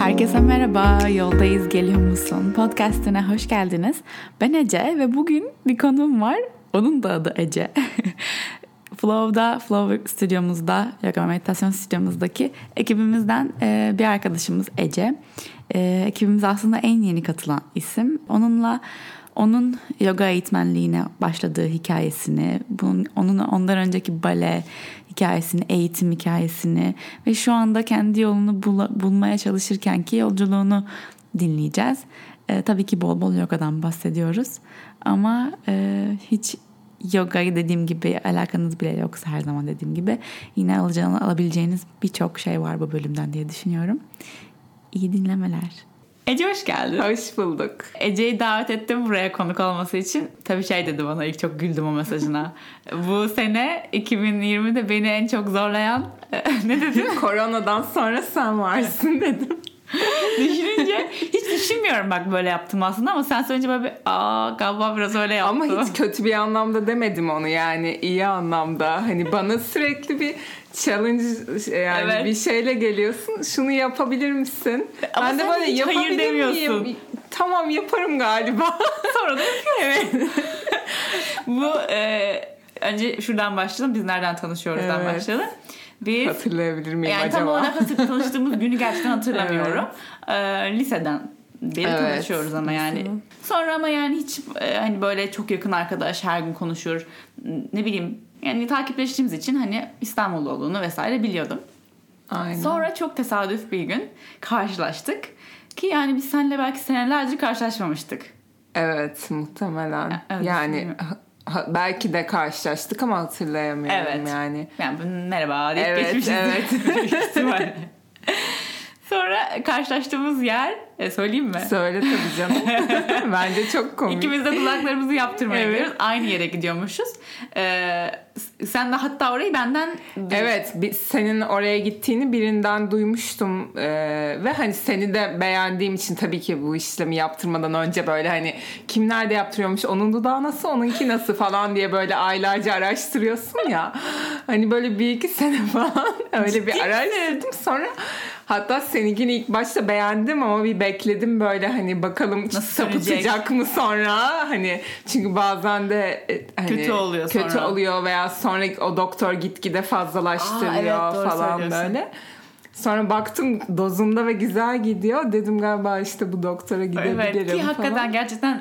Herkese merhaba, yoldayız geliyor musun? Podcast'ine hoş geldiniz. Ben Ece ve bugün bir konuğum var. Onun da adı Ece. Flow stüdyomuzda, yoga meditasyon stüdyomuzdaki ekibimizden bir arkadaşımız Ece. Ekibimiz aslında en yeni katılan isim. Onun yoga eğitmenliğine başladığı hikayesini, ondan önceki bale hikayesini, eğitim hikayesini ve şu anda kendi yolunu bulmaya çalışırkenki yolculuğunu dinleyeceğiz. Tabii ki bol bol yogadan bahsediyoruz ama hiç yogayı dediğim gibi alakanız bile yoksa her zaman dediğim gibi yine alabileceğiniz birçok şey var bu bölümden diye düşünüyorum. İyi dinlemeler. Ece hoş geldin. Hoş bulduk. Ece'yi davet ettim buraya konuk olması için. Tabii dedi bana, ilk çok güldüm o mesajına. Bu sene 2020'de beni en çok zorlayan ne dedim? Koronadan sonra sen varsın dedim. Düşününce hiç düşünmüyorum bak böyle yaptım aslında ama sen söyleyince böyle galiba biraz öyle yaptım. Ama hiç kötü bir anlamda demedim onu, yani iyi anlamda. Hani bana sürekli bir challenge, yani evet, bir şeyle geliyorsun. Şunu yapabilir misin? Ama ben de böyle yapabilir miyim? Tamam, yaparım galiba. Sonra da yapıyorsun. Evet. Bu önce şuradan başlayalım. Biz nereden tanışıyoruzdan evet, başlayalım. Biz, hatırlayabilir miyim yani acaba? Tam olarak tanıştığımız günü gerçekten hatırlamıyorum. Evet. Liseden beri evet, tanışıyoruz ama yani. Sonra ama yani hiç hani böyle çok yakın arkadaş, her gün konuşur. Ne bileyim, yani takipleştiğimiz için hani İstanbul'da olduğunu vesaire biliyordum. Aynen. Sonra çok tesadüf bir gün karşılaştık. Ki yani biz seninle belki senelerce karşılaşmamıştık. Evet, muhtemelen. Evet, yani belki de karşılaştık ama hatırlayamıyorum evet, yani. Yani merhaba deyip evet, geçmişiz. Evet. Sonra karşılaştığımız yer söyleyeyim mi? Söyle tabii canım. Bence çok komik. İkimiz de kulaklarımızı yaptırmaya gidiyoruz. Aynı yere gidiyormuşuz. Sen de hatta orayı benden evet, senin oraya gittiğini birinden duymuştum ve hani seni de beğendiğim için tabii ki bu işlemi yaptırmadan önce böyle hani kim nerede yaptırıyormuş, onun dudağı nasıl, onunki nasıl falan diye böyle aylarca araştırıyorsun ya. Hani böyle 1-2 sene falan öyle bir araştırdım. Sonra hatta seninkini ilk başta beğendim ama bir bekledim böyle, hani bakalım sapıtacak mı sonra, hani çünkü bazen de hani kötü oluyor veya sonra o doktor gitgide fazlalaştırıyor evet, falan böyle. Sonra baktım dozunda ve güzel gidiyor, dedim galiba işte bu doktora gidebilirim evet, ki hakikaten falan. Gerçekten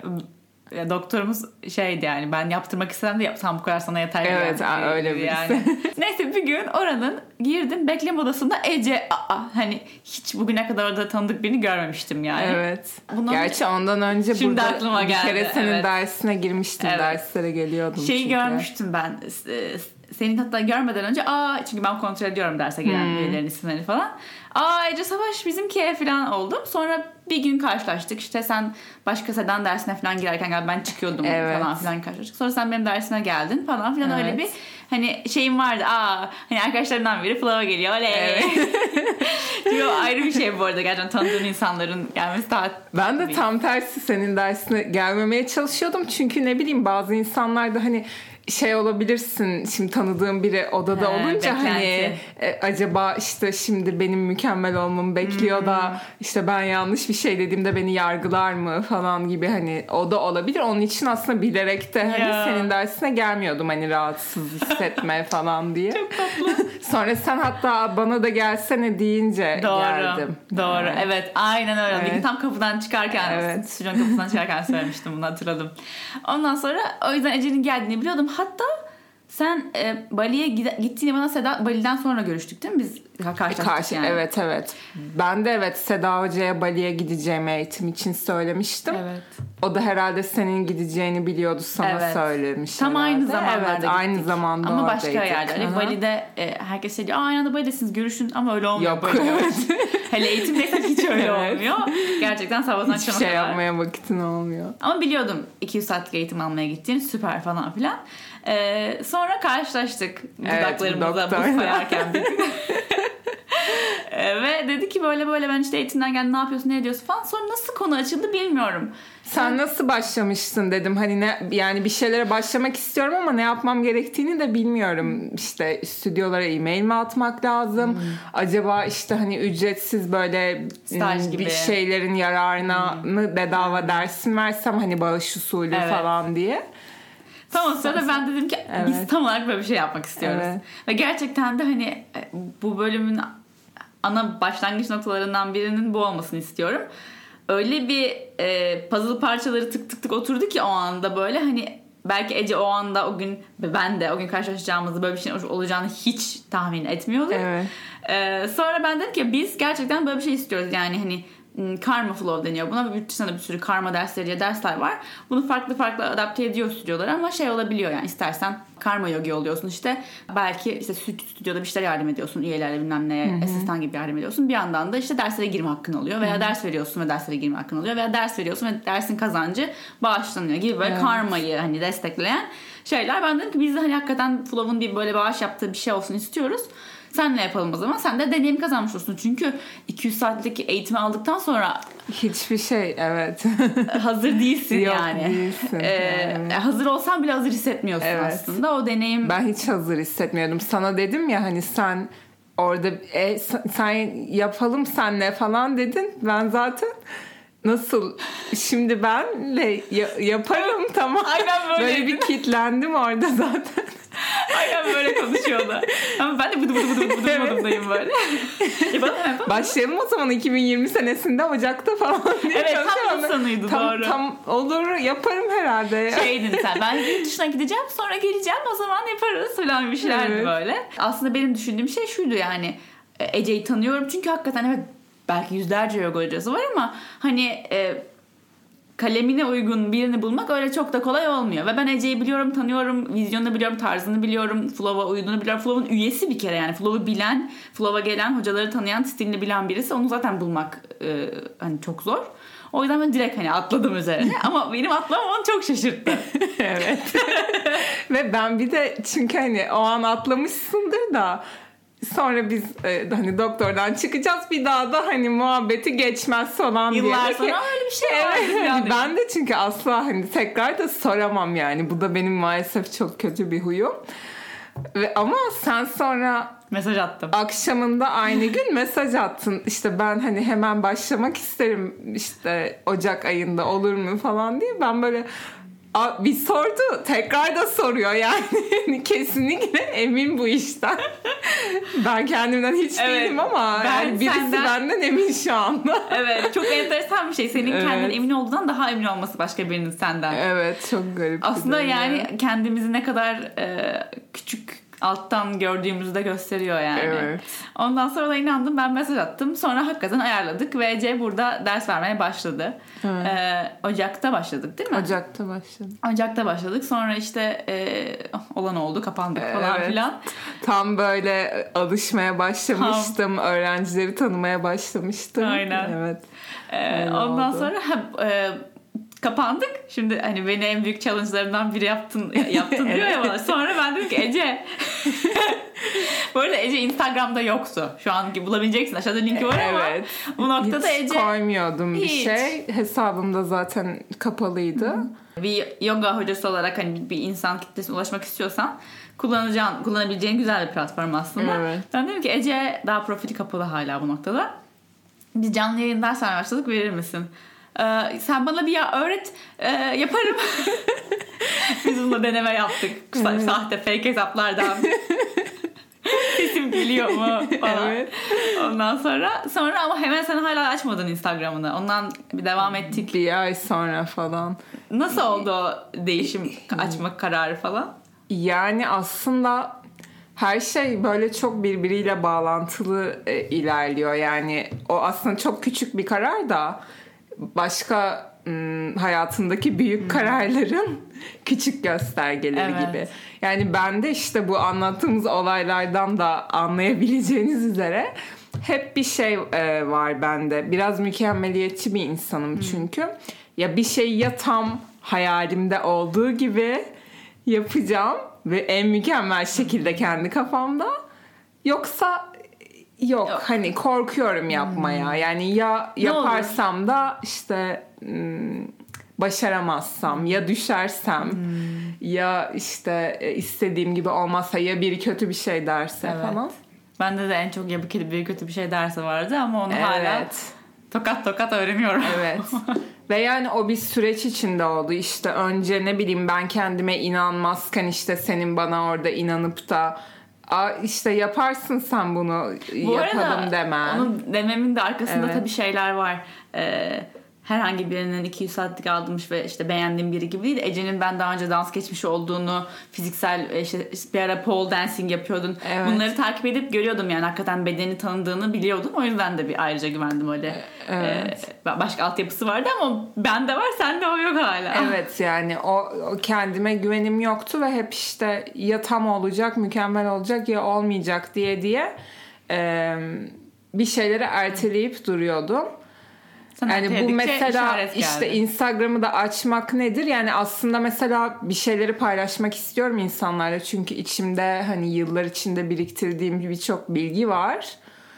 doktorumuz şeydi, yani ben yaptırmak istem de yapsam bu kadar sana yeter. Evet yani, öyle bir yani. Neyse bir gün oranın girdim, bekleme odasında Ece hani hiç bugüne kadar orada tanıdık birini görmemiştim yani. Evet. Gerçi ondan önce şimdi burada aklıma geldi. Bir kere senin evet, dersine girmiştim. Evet. Derslere geliyordum. Şeyi görmüştüm ben. Senin hatta görmeden önce çünkü ben kontrol ediyorum derse gelen üyelerin isimlerini falan. Ece Savaş bizimki falan oldum. Sonra bir gün karşılaştık. İşte sen başka Sedan dersine falan girerken ben çıkıyordum evet, falan filan karşılaştık. Sonra sen benim dersime geldin falan filan evet, öyle bir hani şeyim vardı. Hani arkadaşlarımdan biri Flow'a geliyor. Evet. Çünkü o ayrı bir şey bu arada. Gerçekten tanıdığın insanların gelmesi daha... Ben de tam tersi senin dersine gelmemeye çalışıyordum. Çünkü ne bileyim, bazı insanlar da hani şey olabilirsin, şimdi tanıdığım biri odada olunca beklenti. Hani acaba işte şimdi benim mükemmel olmamı bekliyor da işte ben yanlış bir şey dediğimde beni yargılar mı falan gibi, hani o da olabilir. Onun için aslında bilerek de hani senin dersine gelmiyordum, hani rahatsız hissetme falan diye. Çok tatlı. Sonra sen hatta bana da gelsene deyince geldim. Doğru. Evet, aynen öyle. Evet. Tam kapıdan çıkarken, stüdyonun kapısından çıkarken söylemiştim, bunu hatırladım. Ondan sonra o yüzden Ece'nin geldiğini biliyordum. Hatta sen Bali'ye gittiğini bana Seda Bali'den sonra görüştük değil mi? Biz karşılaştık yani. Evet. Ben de Seda Hoca'ya Bali'ye gideceğimi eğitim için söylemiştim. Evet. O da herhalde senin gideceğini biliyordu, sana söylemiş. Tam herhalde. Aynı zamanlarda gittik. Aynı zamanda ama oradaydık. Başka yerde. Hani Bali'de herkes diyor aynı anda Bali'desiniz, görüşün, ama öyle olmuyor. Yok. Hele eğitimdeysen hiç öyle olmuyor. Gerçekten sabahtan akşama kadar. Hiçbir şey yapmaya vakitin olmuyor. Ama biliyordum 200 saatlik eğitim almaya gittiğini, süper falan filan. Sonra karşılaştık. Dudaklarımıza buz koyarken bir gün. Ve dedi ki böyle böyle ben işte eğitimden geldim, ne yapıyorsun, ne ediyorsun falan. Sonra nasıl konu açıldı bilmiyorum. Sen nasıl başlamışsın dedim. Hani ne, yani bir şeylere başlamak istiyorum ama ne yapmam gerektiğini de bilmiyorum. İşte stüdyolara e-mail mi atmak lazım? Acaba işte hani ücretsiz böyle staj gibi bir şeylerin yararına mı bedava ders mi versem, hani bağış usulü falan diye. Tam o sırada ben dedim ki biz tam olarak böyle bir şey yapmak istiyoruz. Evet. Ve gerçekten de hani bu bölümün ana başlangıç noktalarından birinin bu olmasını istiyorum. Öyle bir puzzle parçaları tık tık tık oturdu ki o anda, böyle hani belki Ece o anda, o gün ben de o gün karşılaşacağımızda böyle bir şey olacağını hiç tahmin etmiyordum. Evet. Sonra ben dedim ki biz gerçekten böyle bir şey istiyoruz. Yani hani Karma Flow deniyor buna. Yurt dışında bir sürü karma dersleri diye dersler var. Bunu farklı farklı adapte ediyor stüdyolar ama şey olabiliyor yani, istersen karma yogi oluyorsun işte. Belki işte stüdyoda bir şeyler yardım ediyorsun. Üyelerle bilmem neye asistan gibi yardım ediyorsun. Bir yandan da işte derslere girme hakkın oluyor. Veya ders veriyorsun ve derslere girme hakkın oluyor. Veya ders veriyorsun ve dersin kazancı bağışlanıyor gibi böyle karmayı hani destekleyen şeyler. Ben dedim ki biz de hani hakikaten Flow'un bir böyle bağış yaptığı bir şey olsun istiyoruz. Senle yapalım o zaman. Sen de deneyim kazanmış olsun. Çünkü 200 saatlik eğitimi aldıktan sonra hiçbir şey hazır değilsin. Yok, yani. Değilsin. Hazır olsan bile hazır hissetmiyorsun aslında. O deneyim. Ben hiç hazır hissetmiyordum. Sana dedim ya hani sen orada sen yapalım senle falan dedin. Ben zaten nasıl şimdi benle yaparım tamam. Aynen böyle bir kitlendim orada zaten. Aynen böyle konuşuyordu. Ama ben de bıdı modumdayım böyle. Başlayalım o zaman 2020 senesinde Ocak'ta falan diye. Evet, tam insanıydı, doğru. Tam olur, yaparım herhalde. Şeydin sen, ben yurt dışına gideceğim sonra geleceğim, o zaman yaparız falan bir şeylerdi böyle. Aslında benim düşündüğüm şey şuydu yani, Ece'yi tanıyorum çünkü hakikaten evet belki yüzlerce yoga hocası var ama hani kalemine uygun birini bulmak öyle çok da kolay olmuyor. Ve ben Ece'yi biliyorum, tanıyorum, vizyonunu biliyorum, tarzını biliyorum, Flow'a uyduğunu biliyorum. Flow'un üyesi bir kere yani. Flow'u bilen, Flow'a gelen, hocaları tanıyan, stilini bilen birisi. Onu zaten bulmak hani çok zor. O yüzden ben direkt hani atladım üzerine. Ama benim atlamam onu çok şaşırttı. Evet. Ve ben bir de çünkü hani o an atlamışsındır da sonra biz hani doktordan çıkacağız, bir daha da hani muhabbeti geçmez falan diye. Yıllar sonra öyle bir şey var. Evet. Ben de çünkü asla hani tekrar da soramam yani. Bu da benim maalesef çok kötü bir huyum. Ama sen sonra mesaj attım. Akşamında aynı gün mesaj attın. İşte ben hani hemen başlamak isterim işte Ocak ayında olur mu falan diye. Ben böyle bir sordu, tekrar da soruyor yani. Kesinlikle emin bu işten. Ben kendimden hiç değilim ama yani birisi benden emin şu anda. Evet, çok enteresan bir şey. Senin kendinden emin olduğundan daha emin olması başka birinin senden. Evet, çok garip. Aslında yani kendimizi ne kadar küçük, alttan gördüğümüzü de gösteriyor yani. Evet. Ondan sonra da inandım, ben mesaj attım. Sonra hakikaten ayarladık ve Ece burada ders vermeye başladı. Ocak'ta başladık değil mi? Ocak'ta başladık. Sonra işte olan oldu, kapandık falan filan. Tam böyle alışmaya başlamıştım. Öğrencileri tanımaya başlamıştım. Aynen. Evet. Ondan sonra kapandık. Şimdi hani beni en büyük challenge'larımdan biri yaptın diyor ya bana. Sonra ben dedim ki Ece. Bu arada Ece Instagram'da yoktu. Şu anki bulabileceksin. Aşağıda linki var ama bu noktada hiç Ece koymuyordum bir şey. Hesabım da zaten kapalıydı. Bir yoga hocası olarak hani bir insan kitlesine ulaşmak istiyorsan kullanabileceğin güzel bir platform aslında. Evet. Ben dedim ki Ece daha profili kapalı hala bu noktada. Biz canlı yayın ders vermeye başladık, verir misin? Sen bana bir öğret, yaparım. Biz bununla deneme yaptık. Sahte fake hesaplardan. Sesim geliyor mu falan. Evet. Ondan sonra ama hemen sen hala açmadın Instagram'ını. Ondan bir devam ettik. Bir ay sonra falan. Nasıl oldu o değişim, açma kararı falan? Yani aslında her şey böyle çok birbiriyle bağlantılı ilerliyor. Yani o aslında çok küçük bir karar da başka hayatındaki büyük kararların küçük göstergeleri gibi. Yani ben de işte bu anlattığımız olaylardan da anlayabileceğiniz üzere hep bir şey var bende. Biraz mükemmeliyetçi bir insanım çünkü. Ya bir şey ya tam hayalimde olduğu gibi yapacağım ve en mükemmel şekilde kendi kafamda, yoksa Yok. Hani korkuyorum yapmaya. Yani ya Ne yaparsam da işte başaramazsam ya düşersem ya işte istediğim gibi olmazsa ya biri kötü bir şey derse falan. Bende de en çok ya bir kötü bir şey derse vardı ama onu hala tokat öğreniyorum. Evet. Ve yani o bir süreç içinde oldu. İşte önce ne bileyim ben kendime inanmazken işte senin bana orada inanıp da işte yaparsın sen bunu, Bu yapalım demen. Onu dememin de arkasında tabii şeyler var. Herhangi birinin 200 saatlik aldırmış ve işte beğendiğim biri gibi değil. Ece'nin ben daha önce dans geçmiş olduğunu, fiziksel işte bir ara pole dancing yapıyordun. Evet. Bunları takip edip görüyordum yani hakikaten bedeni tanıdığını biliyordum. O yüzden de bir ayrıca güvendim öyle. Evet. Başka altyapısı vardı ama bende var, sende o yok hala. Evet yani o kendime güvenim yoktu ve hep işte ya tam olacak, mükemmel olacak ya olmayacak diye bir şeyleri erteleyip duruyordum. Yani bu mesela işte Instagram'ı da açmak nedir? Yani aslında mesela bir şeyleri paylaşmak istiyorum insanlarla. Çünkü içimde hani yıllar içinde biriktirdiğim birçok bilgi var.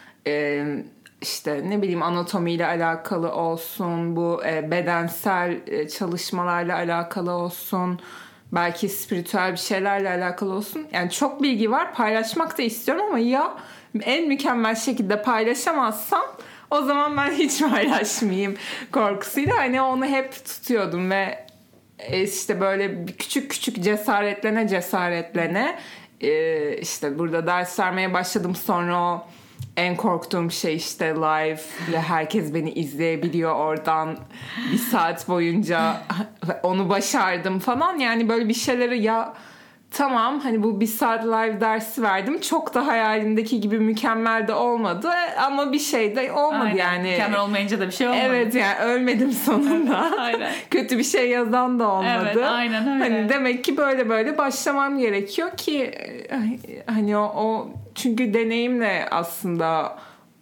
İşte ne bileyim anatomiyle alakalı olsun, bu bedensel çalışmalarla alakalı olsun, belki spiritüel bir şeylerle alakalı olsun. Yani çok bilgi var, paylaşmak da istiyorum ama ya en mükemmel şekilde paylaşamazsam o zaman ben hiç paylaşmayayım korkusuyla hani onu hep tutuyordum ve işte böyle küçük küçük cesaretlene işte burada ders vermeye başladım. Sonra o en korktuğum şey işte live ve herkes beni izleyebiliyor oradan bir saat boyunca onu başardım falan. Yani böyle bir şeyleri ya tamam hani bu bir saat live dersi verdim. Çok da hayalimdeki gibi mükemmel de olmadı ama bir şey de olmadı. Aynen. Yani. Mükemmel olmayınca da bir şey olmadı. Evet yani ölmedim sonunda. Aynen. Kötü bir şey yazan da olmadı. Evet aynen öyle. Hani demek ki böyle başlamam gerekiyor ki hani o çünkü deneyimle aslında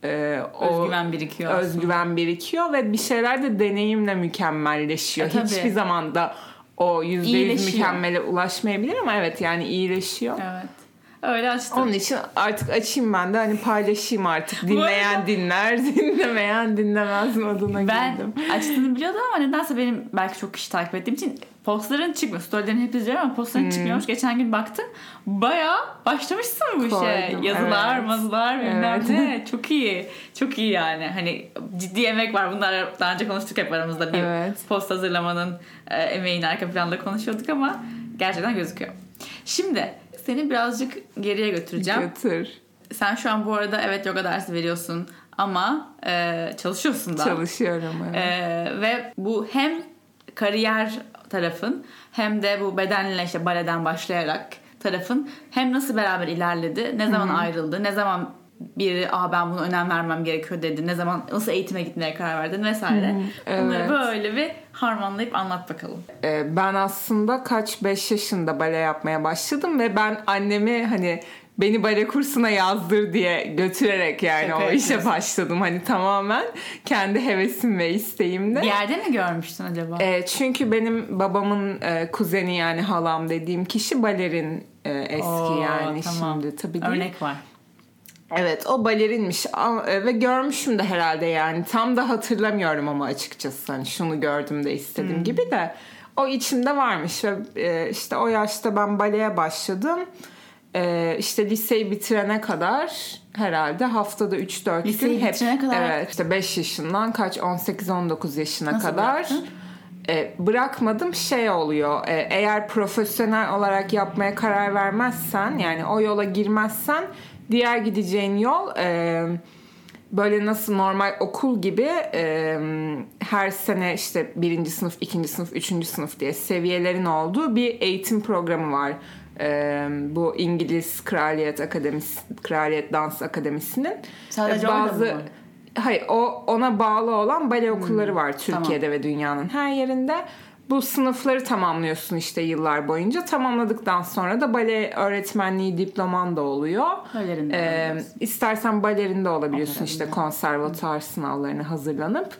özgüven birikiyor ve bir şeyler de deneyimle mükemmelleşiyor. Hiçbir zaman da o %100 mükemmele ulaşmayabilir ama evet yani iyileşiyor. Evet. Öyle açtım. Onun için artık açayım ben de hani paylaşayım artık. Dinleyen dinler, dinlemeyen dinlemez moduna girdim. Ben açtığını biliyordum ama nedense benim belki çok kişi takip ettiğim için postların çıkmıyor. Storylerini hep izliyorum ama postların çıkmıyormuş. Geçen gün baktım. Bayağı başlamışsın bu işe. Yazılar, mazılar bilmem ne. Çok iyi. Çok iyi yani. Hani ciddi emek var. Bunlar daha önce konuştuk hep aramızda. Bir post hazırlamanın emeğini arka planda konuşuyorduk ama gerçekten gözüküyor. Şimdi seni birazcık geriye götüreceğim. Götür. Sen şu an bu arada evet yoga dersi veriyorsun ama çalışıyorsun da. Çalışıyorum evet. Ve bu hem kariyer tarafın hem de bu bedenle işte baleden başlayarak tarafın hem nasıl beraber ilerledi, ne zaman ayrıldı, ne zaman biri ben buna önem vermem gerekiyor dedi, ne zaman nasıl eğitime gitmeye karar verdin vesaire. Evet. Bunları böyle bir harmanlayıp anlat bakalım. Ben aslında 5 yaşında bale yapmaya başladım ve ben annemi hani beni bale kursuna yazdır diye götürerek yani o işe başladım. Hani tamamen kendi hevesim ve isteğimle. Bir yerde mi görmüştün acaba? Çünkü benim babamın kuzeni yani halam dediğim kişi balerin eski yani tamam. Şimdi tabii değil. Örnek var. Evet o balerinmiş ve görmüşüm de herhalde yani tam da hatırlamıyorum ama açıkçası hani şunu gördüm de istedim gibi de o içimde varmış ve işte o yaşta ben baleye başladım. İşte liseyi bitirene kadar herhalde haftada 3-4 liseyi gün hep kadar... evet işte 5 yaşından 18-19 yaşına nasıl kadar bırakmadım şey oluyor eğer profesyonel olarak yapmaya karar vermezsen yani o yola girmezsen diğer gideceğin yol böyle nasıl normal okul gibi her sene işte 1. sınıf, 2. sınıf, 3. sınıf diye seviyelerin olduğu bir eğitim programı var. Bu İngiliz Kraliyet Dans Akademisi'nin sadece bazı hayır ona bağlı olan bale okulları var Türkiye'de ve dünyanın her yerinde. Bu sınıfları tamamlıyorsun işte yıllar boyunca. Tamamladıktan sonra da bale öğretmenliği diploman da oluyor. İstersen balerinde olabiliyorsun işte konservatuar sınavlarına hazırlanıp.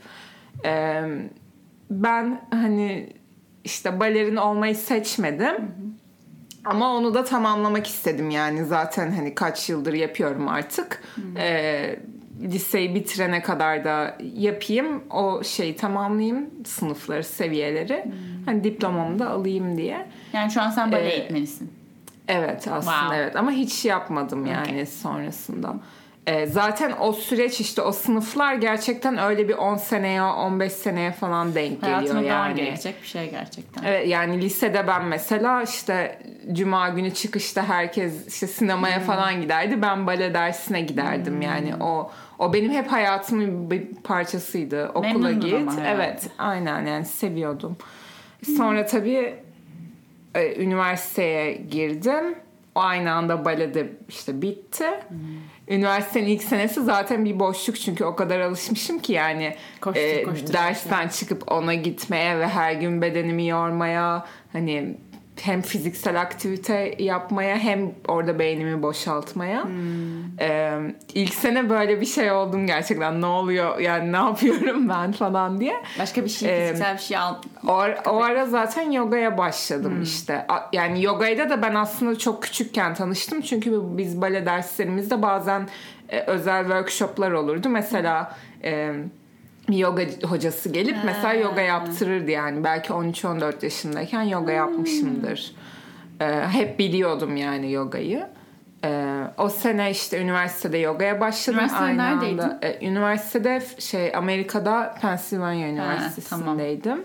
Ben hani işte balerin olmayı seçmedim. Ama onu da tamamlamak istedim yani zaten hani kaç yıldır yapıyorum artık. Liseyi bitirene kadar da yapayım, o şeyi tamamlayayım, sınıfları, seviyeleri. Hani diplomamı da alayım diye. Yani şu an sen bale eğitmenisin. Evet aslında Wow. evet, ama hiç yapmadım yani sonrasında. Zaten o süreç, işte o sınıflar gerçekten öyle bir 10 seneye 15 seneye falan denk geliyor. Hayatına devam yani. gerekecek bir şey gerçekten. Evet, yani lisede ben mesela işte cuma günü çıkışta herkes işte sinemaya falan giderdi. Ben bale dersine giderdim yani. O benim hep hayatımın bir parçasıydı. Okula Memnundun git. ama herhalde. Evet, aynen yani seviyordum. Sonra tabii üniversiteye girdim. O aynı anda balede işte bitti. Üniversitenin ilk senesi zaten bir boşluk, çünkü o kadar alışmışım ki yani Koştur. dersten çıkıp ona gitmeye ve her gün bedenimi yormaya, hani hem fiziksel aktivite yapmaya hem orada beynimi boşaltmaya. İlk sene böyle bir şey oldum gerçekten, ne oluyor yani, ne yapıyorum ben falan diye. Başka bir şey, fiziksel bir şey al. O ara zaten yogaya başladım işte. Yani yogayla da ben aslında çok küçükken tanıştım. Çünkü biz bale derslerimizde bazen özel workshoplar olurdu. Mesela bir yoga hocası gelip mesela yoga yaptırırdı yani. Belki 13-14 yaşındayken yoga yapmışımdır. Hep biliyordum yani yogayı. O sene işte üniversitede yogaya başladım. Üniversitede neredeydin? Üniversitede Amerika'da Pennsylvania Üniversitesi'ndeydim.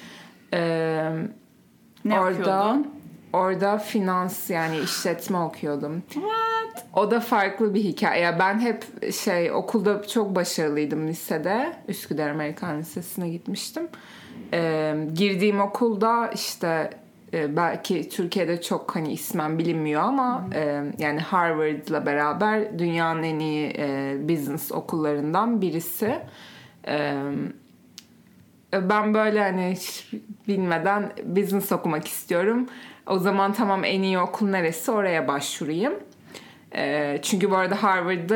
Ne okuyordun? Orada finans yani işletme okuyordum. What? O da farklı bir hikaye. Ya ben hep okulda çok başarılıydım lisede. Üsküdar Amerikan Lisesi'ne gitmiştim. Girdiğim okulda işte belki Türkiye'de çok hani ismen bilinmiyor ama yani Harvard'la beraber dünyanın en iyi business okullarından birisi. Ben böyle hani hiç bilmeden business okumak istiyorum. O zaman tamam, en iyi okul neresi, oraya başvurayım. Çünkü bu arada Harvard'da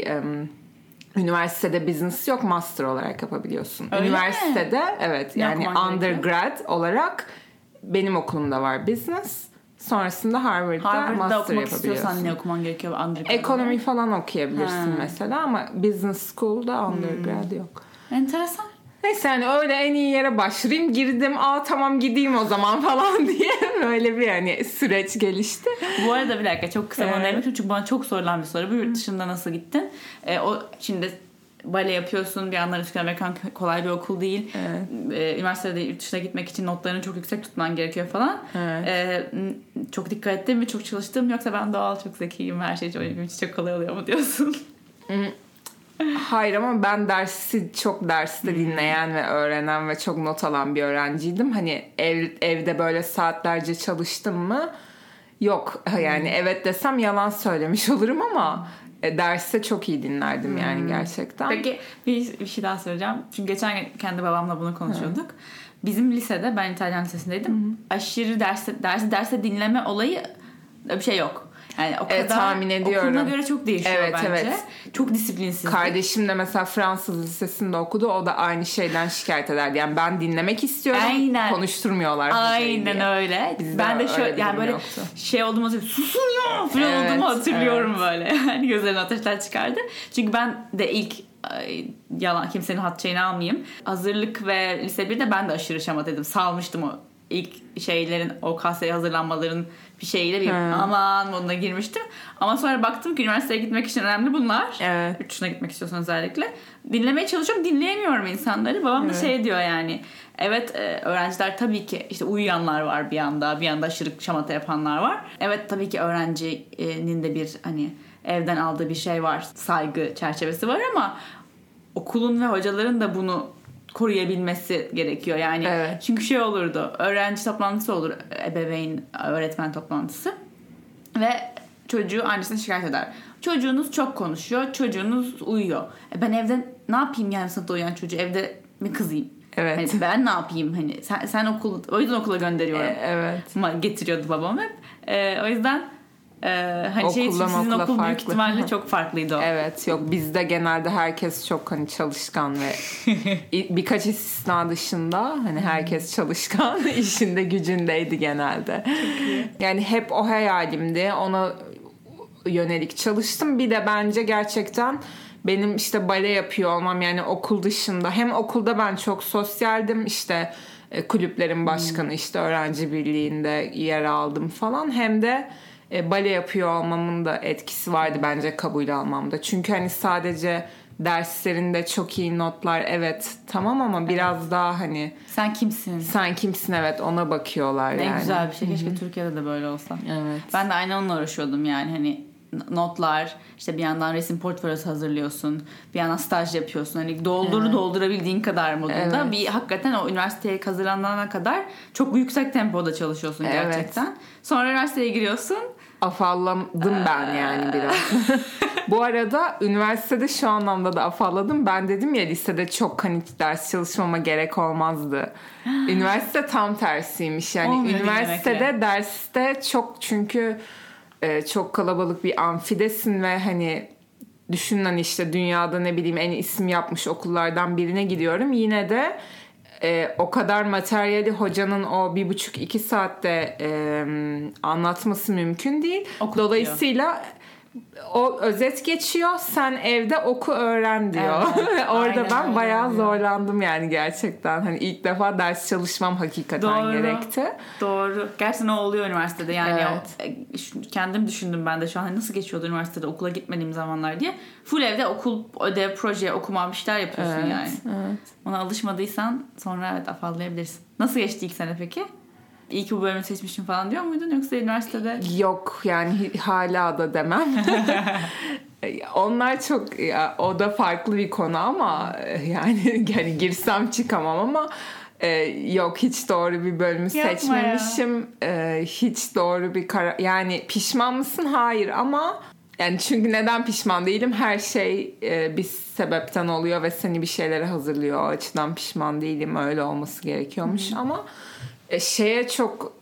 üniversitede business yok, master olarak yapabiliyorsun. Öyle Üniversitede mi? evet, Ne yani okuman undergrad olarak benim okulumda var business. Sonrasında Harvard'da master okumak yapabiliyorsun. istiyorsan ne okuman gerekiyor? Ekonomi falan okuyabilirsin mesela, ama business school'da undergrad yok. Enteresan. Neyse yani öyle en iyi yere başvurayım, girdim, tamam gideyim o zaman falan diye böyle bir hani süreç gelişti. Bu arada bir dakika, çok kısa bana demek, çünkü bana çok sorulan bir soru. Bu yurt dışında nasıl gittin? O şimdi bale yapıyorsun bir yandan, Üsküdar Amerikan kolay bir okul değil. Evet. Üniversitede yurt dışına gitmek için notlarını çok yüksek tutman gerekiyor falan. Evet. Çok dikkat ettim mi, çok çalıştım, yoksa ben doğal çok zekiyim, her şey benim için çok kolay oluyor mu diyorsun? Hayır, ama ben derste dinleyen ve öğrenen ve çok not alan bir öğrenciydim. Hani evde böyle saatlerce çalıştım mı? Yok. Yani evet desem yalan söylemiş olurum, ama derste çok iyi dinlerdim yani gerçekten. Peki bir şey daha söyleyeceğim. Çünkü geçen kendi babamla bunu konuşuyorduk. Bizim lisede, ben İtalyan lisesindeydim. Aşırı derse dinleme olayı bir şey yok. Yani o kadar tahmin ediyorum. Okuluna göre çok değişiyor bence. Evet. Çok disiplinsiz. Kardeşim de mesela Fransız lisesinde okudu. O da aynı şeyden şikayet ederdi. Yani ben dinlemek istiyorum. Aynen. Konuşturmuyorlar. Aynen öyle. Ben de şöyle yani böyle yoktu. Olduğumu susun ya falan olduğumu hatırlıyorum böyle. Yani gözlerine ateşler çıkardı. Çünkü ben de ilk yalan, kimsenin hat şeyini almayayım. Hazırlık ve lise 1'de ben de aşırı şama dedim. Salmıştım o ilk şeylerin, o kaseye hazırlanmaların bir şeyle bir aman moduna girmiştim. Ama sonra baktım ki üniversiteye gitmek için önemli bunlar. Evet. Yurt dışına gitmek istiyorsan özellikle. Dinlemeye çalışıyorum, dinleyemiyorum insanları. Babam da şey diyor yani. Evet, öğrenciler tabii ki işte uyuyanlar var bir yanda aşırı şamata yapanlar var. Evet, tabii ki öğrencinin de bir hani evden aldığı bir şey var. Saygı çerçevesi var, ama okulun ve hocaların da bunu koruyabilmesi gerekiyor yani. Evet. Çünkü şey olurdu, öğrenci toplantısı olur, ebeveyn öğretmen toplantısı ve çocuğu annesine şikayet eder. Çocuğunuz çok konuşuyor, çocuğunuz uyuyor. Ben evde ne yapayım yani, sınıfta uyuyan çocuğu evde mi kızayım? Evet. Hani ben ne yapayım, hani sen o yüzden okula gönderiyorum. Evet. Getiriyordu babam hep. O yüzden Hani sizin okula okul farklı. büyük ihtimalle çok farklıydı o. Evet, yok bizde genelde herkes çok hani çalışkan ve birkaç istisna dışında hani herkes çalışkan, işinde gücündeydi genelde. Yani hep o hayalimdi, ona yönelik çalıştım. Bir de bence gerçekten benim işte bale yapıyor olmam, yani okul dışında, hem okulda ben çok sosyaldim, işte kulüplerin başkanı, işte öğrenci birliğinde yer aldım falan, hem de bale yapıyor olmamın da etkisi vardı bence kabul almamda. Çünkü hani sadece derslerinde çok iyi notlar, evet tamam, ama biraz daha hani sen kimsin, evet, ona bakıyorlar ne yani. güzel bir şey. Keşke Türkiye'de de böyle olsa. Evet. Ben de aynı onunla uğraşıyordum yani, hani notlar, işte bir yandan resim portfolyosu hazırlıyorsun, bir yandan staj yapıyorsun, hani doldurabildiğin kadar modunda. Evet. Bir hakikaten o üniversiteye hazırlanana kadar çok yüksek tempoda çalışıyorsun gerçekten. Evet. Sonra üniversiteye giriyorsun. Afalladım ben yani biraz. Bu arada üniversitede şu anlamda da afalladım. Ben dedim ya, lisede çok hani ders çalışmama gerek olmazdı. Üniversite tam tersiymiş. Yani olmuyor üniversitede derste çok, çünkü çok kalabalık bir amfidesin ve hani düşünün, hani işte dünyada ne bileyim en isim yapmış okullardan birine gidiyorum. Yine de o kadar materyali hocanın o 1,5-2 saatte anlatması mümkün değil. Dolayısıyla o özet geçiyor, sen evde oku öğren diyor. Evet, orada ben bayağı diyor. Zorlandım yani gerçekten. Hani ilk defa ders çalışmam hakikaten gerekti. Doğru. Gerçekten o oluyor üniversitede yani. Evet. Kendim düşündüm ben de şu an, hani nasıl geçiyordu üniversitede okula gitmediğim zamanlar diye. Full evde okul, ödev, proje, okuma, bir şeyler yapıyorsun yani. Evet. Ona alışmadıysan sonra evet afallayabilirsin. Nasıl geçti ilk sene peki? İyi ki bu bölümü seçmişim falan diyor muydun, yoksa üniversitede? Yok yani, hala da demem. Onlar çok, ya, o da farklı bir konu ama yani girsem çıkamam ama yok, hiç doğru bir bölümü seçmemişim. Hiç doğru bir karar, yani pişman mısın? Hayır, ama yani çünkü neden pişman değilim? Her şey bir sebepten oluyor ve seni bir şeylere hazırlıyor. O açıdan pişman değilim. Öyle olması gerekiyormuş. Ama şeye çok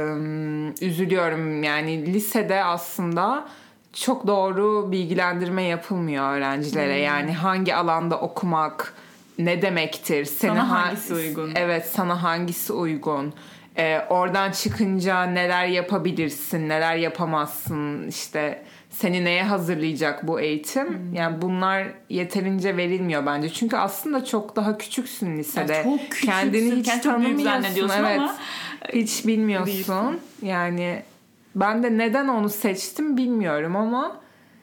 üzülüyorum. Yani lisede aslında çok doğru bilgilendirme yapılmıyor öğrencilere. Yani hangi alanda okumak ne demektir? Sana hangisi uygun? Evet, sana hangisi uygun? Oradan çıkınca neler yapabilirsin, neler yapamazsın, işte seni neye hazırlayacak bu eğitim? Yani bunlar yeterince verilmiyor bence. Çünkü aslında çok daha küçüksün lisede. Yani çok küçüksün. Kendini hiç tanımıyorsun. Evet. Ama hiç bilmiyorsun. Değilsin. Yani ben de neden onu seçtim bilmiyorum ama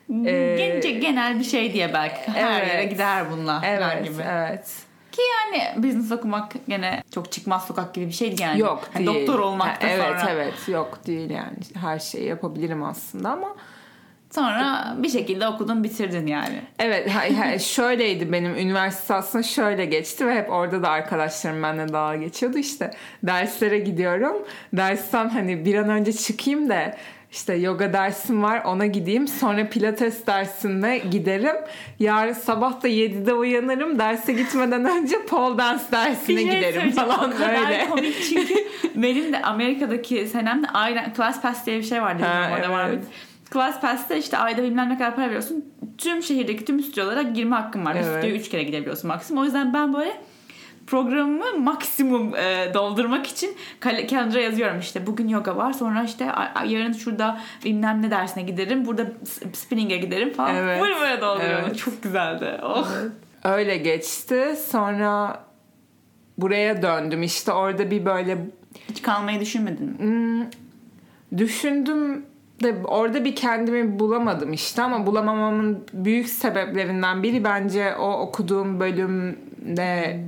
genel bir şey diye belki. Her yere gider bunlar evet, gibi. Evet. Ki yani business okumak gene çok çıkmaz sokak gibi bir şeydi yani. Yok hani değil. Doktor olmak da evet, sonra. Evet, yok değil yani. Her şeyi yapabilirim aslında ama sonra bir şekilde okudun, bitirdin yani. Evet, şöyleydi benim üniversite, aslında şöyle geçti ve hep orada da arkadaşlarım benimle dalga geçiyordu. İşte derslere gidiyorum. Dersten hani bir an önce çıkayım da işte yoga dersim var, ona gideyim. Sonra pilates dersine giderim. Yarın sabah da 7'de uyanırım. Derse gitmeden önce pole dance dersine giderim falan, o kadar böyle. komik çünkü benim de Amerika'daki senemde aynen Class Pass diye bir şey vardı. Evet. Class Pass'te işte ayda bilmem ne kadar para veriyorsun. Tüm şehirdeki tüm stüdyolara girme hakkın var. Evet. Stüdyoya 3 kere gidebiliyorsun maksimum. O yüzden ben böyle programımı maksimum doldurmak için calendar'a yazıyorum, işte bugün yoga var, sonra işte yarın şurada bilmem ne dersine giderim, burada spinning'e giderim falan. Evet. Böyle dolduruyorum. Evet. Çok güzeldi. Oh. Evet. Öyle geçti. Sonra buraya döndüm. İşte orada bir böyle... Hiç kalmayı düşünmedin mi? Düşündüm de orada bir kendimi bulamadım işte, ama bulamamamın büyük sebeplerinden biri bence o okuduğum bölümde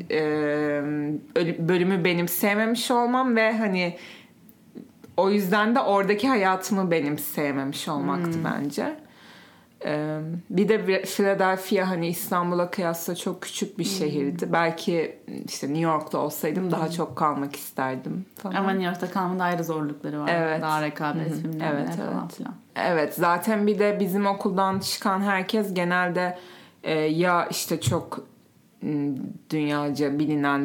bölümü benimseyememiş olmam ve hani o yüzden de oradaki hayatımı benimseyememiş olmaktı bence. Bir de Philadelphia hani İstanbul'a kıyasla çok küçük bir şehirdi. Belki işte New York'ta olsaydım daha çok kalmak isterdim falan. Ama New York'ta kalmanın ayrı zorlukları var. Evet. Daha rekabet filmler falan filan. Evet, zaten bir de bizim okuldan çıkan herkes genelde ya işte çok dünyaca bilinen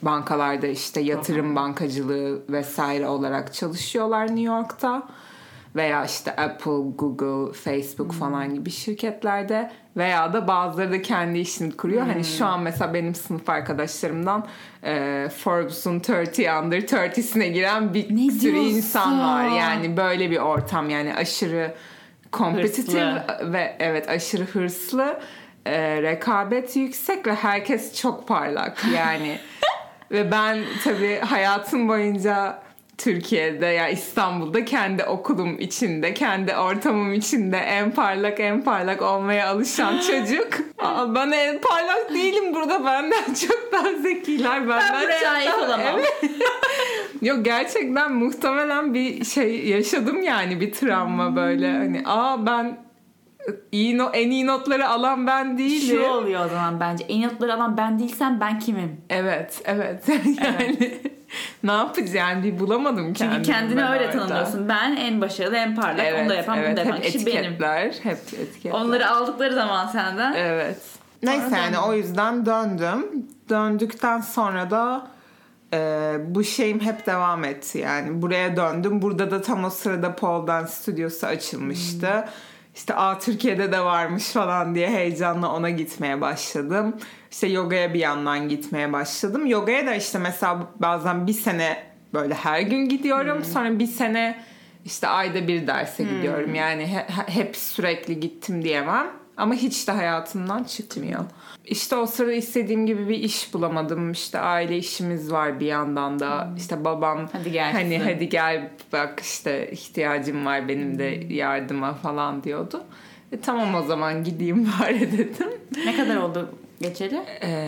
bankalarda işte yatırım bankacılığı vesaire olarak çalışıyorlar New York'ta. veya işte Apple, Google, Facebook falan gibi şirketlerde veya da bazıları da kendi işini kuruyor. Hani şu an mesela benim sınıf arkadaşlarımdan Forbes'un 30 Under 30'sine giren bir sürü insan var. Yani böyle bir ortam, yani aşırı kompetitif ve evet aşırı hırslı, rekabet yüksek ve herkes çok parlak yani. Ve ben tabii hayatım boyunca Türkiye'de ya İstanbul'da kendi okulum içinde, kendi ortamım içinde en parlak olmaya alışan çocuk. Ben en parlak değilim burada, benden çok daha zekiler. Ben buraya ait olamam. Evet. Yok, gerçekten muhtemelen bir şey yaşadım yani, bir travma böyle. Hani ben en iyi notları alan ben değilim. Şu oluyor o zaman bence. En iyi notları alan ben değilsem ben kimim? Evet. Yani ne yapacağız yani, bir bulamadım kendimi. Çünkü kendini öyle tanımlıyorsun. Ben en başarılı, en parlak, onu da yapan, bunu da yapan kişi benim. Hep etiketler. Onları aldıkları zaman senden. Evet. Neyse yani o yüzden döndüm. Döndükten sonra da bu şeyim hep devam etti yani. Buraya döndüm. Burada da tam o sırada pole dance stüdyosu açılmıştı. İşte Türkiye'de de varmış falan diye heyecanla ona gitmeye başladım. İşte yogaya bir yandan gitmeye başladım. Yogaya da işte mesela bazen bir sene böyle her gün gidiyorum. Sonra bir sene işte ayda bir derse gidiyorum. Yani hep sürekli gittim diyemem. Ama hiç de hayatımdan çıkmıyor. İşte o sırada istediğim gibi bir iş bulamadım. İşte aile işimiz var bir yandan da. İşte babam hadi gel bak işte ihtiyacım var benim de yardıma falan diyordu. Tamam o zaman gideyim bari dedim. Ne kadar oldu geçeli?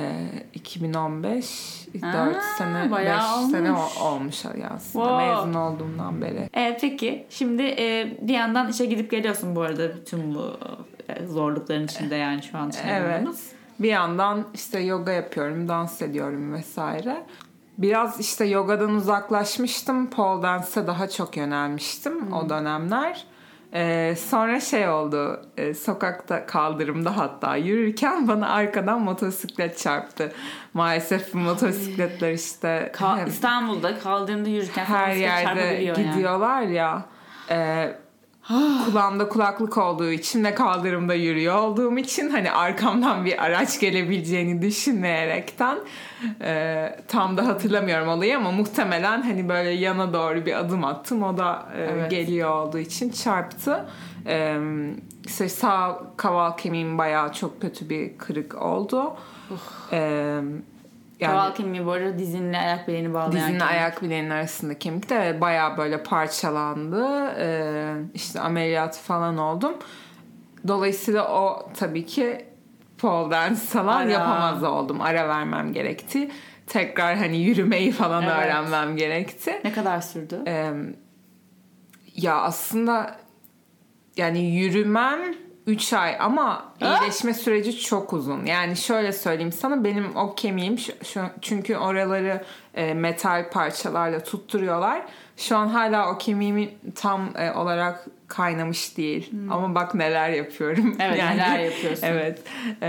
2015 4 sene 5 sene olmuş aslında. Wow. Mezun olduğumdan beri. Peki şimdi bir yandan işe gidip geliyorsun bu arada bütün bu zorlukların içinde yani şu an. Evet. Bir yandan işte yoga yapıyorum, dans ediyorum vesaire. Biraz işte yogadan uzaklaşmıştım. Pole dance'a daha çok yönelmiştim o dönemler. Sonra şey oldu. Sokakta, kaldırımda hatta yürürken bana arkadan motosiklet çarptı. Maalesef motosikletler işte İstanbul'da kaldırımda yürürken her yerde gidiyorlar yani. Ya. Kulağımda kulaklık olduğu için ve kaldırımda yürüyor olduğum için hani arkamdan bir araç gelebileceğini düşünmeyerekten tam da hatırlamıyorum olayı ama muhtemelen hani böyle yana doğru bir adım attım, o da geliyor olduğu için çarptı. İşte sağ kaval kemiğim bayağı çok kötü bir kırık oldu. Yani, kaval kemiği bu arada dizinle ayak bileğini bağlayan dizinle kemik. ayak bileğinin arasında kemik de bayağı böyle parçalandı. İşte ameliyatı falan oldum. Dolayısıyla o tabii ki pole dance falan yapamaz oldum. Ara vermem gerekti. Tekrar hani yürümeyi falan öğrenmem gerekti. Ne kadar sürdü? Ya aslında yani yürümem 3 ay ama iyileşme süreci çok uzun. Yani şöyle söyleyeyim sana, benim o kemiğim çünkü oraları metal parçalarla tutturuyorlar. Şu an hala o kemiğimi tam olarak kaynamış değil. Ama bak neler yapıyorum. Evet yani, neler yapıyorsun. Evet.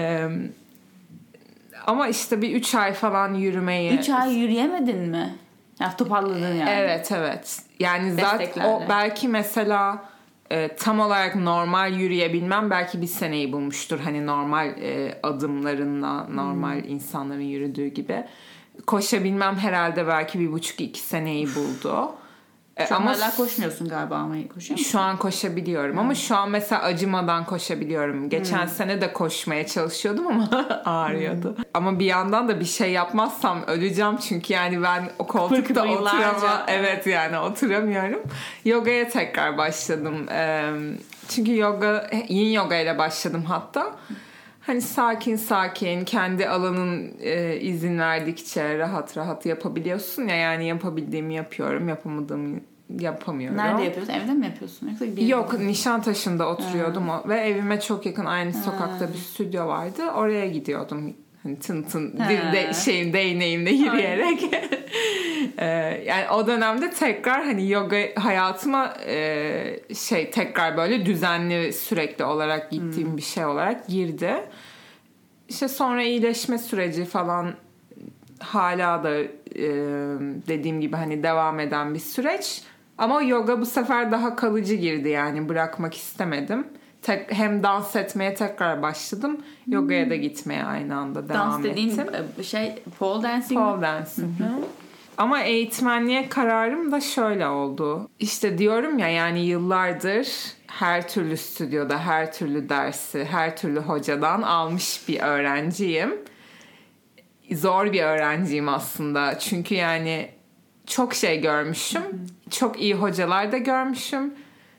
Ama işte bir 3 ay falan yürümeyi... 3 ay yürüyemedin mi? Ya toparladın yani. Evet. Yani zaten o belki mesela... tam olarak normal yürüyebilmem belki bir seneyi bulmuştur. Hani normal adımlarınla normal insanların yürüdüğü gibi. Koşabilmem herhalde belki 1,5-2 seneyi buldu. Şu an hala koşmuyorsun galiba ama koşuyor musun? Şu an koşabiliyorum ama şu an mesela acımadan koşabiliyorum. Geçen sene de koşmaya çalışıyordum ama ağrıyordu. Ama bir yandan da bir şey yapmazsam öleceğim çünkü yani ben o koltukta oturamam. Evet yani oturamıyorum. Yogaya tekrar başladım. Çünkü yin yoga ile başladım hatta. Hani sakin kendi alanın izin verdikçe rahat yapabiliyorsun ya, yani yapabildiğimi yapıyorum, yapamadığımı yapamıyorum. Nerede yapıyorsun? Evde mi yapıyorsun? Yok, Nişantaşı'nda oturuyordum ve evime çok yakın aynı sokakta bir stüdyo vardı. Oraya gidiyordum. Hani tın değneğimle yürüyerek. Yani o dönemde tekrar hani yoga hayatıma tekrar böyle düzenli sürekli olarak gittiğim bir şey olarak girdi. İşte sonra iyileşme süreci falan hala da dediğim gibi hani devam eden bir süreç. Ama yoga bu sefer daha kalıcı girdi, yani bırakmak istemedim. Hem dans etmeye tekrar başladım. Yogaya da gitmeye aynı anda devam ettim. Dans dediğin şey pole dancing. Pole dancing. Ama eğitmenliğe kararım da şöyle oldu. İşte diyorum ya, yani yıllardır her türlü stüdyoda, her türlü dersi, her türlü hocadan almış bir öğrenciyim. Zor bir öğrenciyim aslında. Çünkü yani çok şey görmüşüm. Çok iyi hocalar da görmüşüm.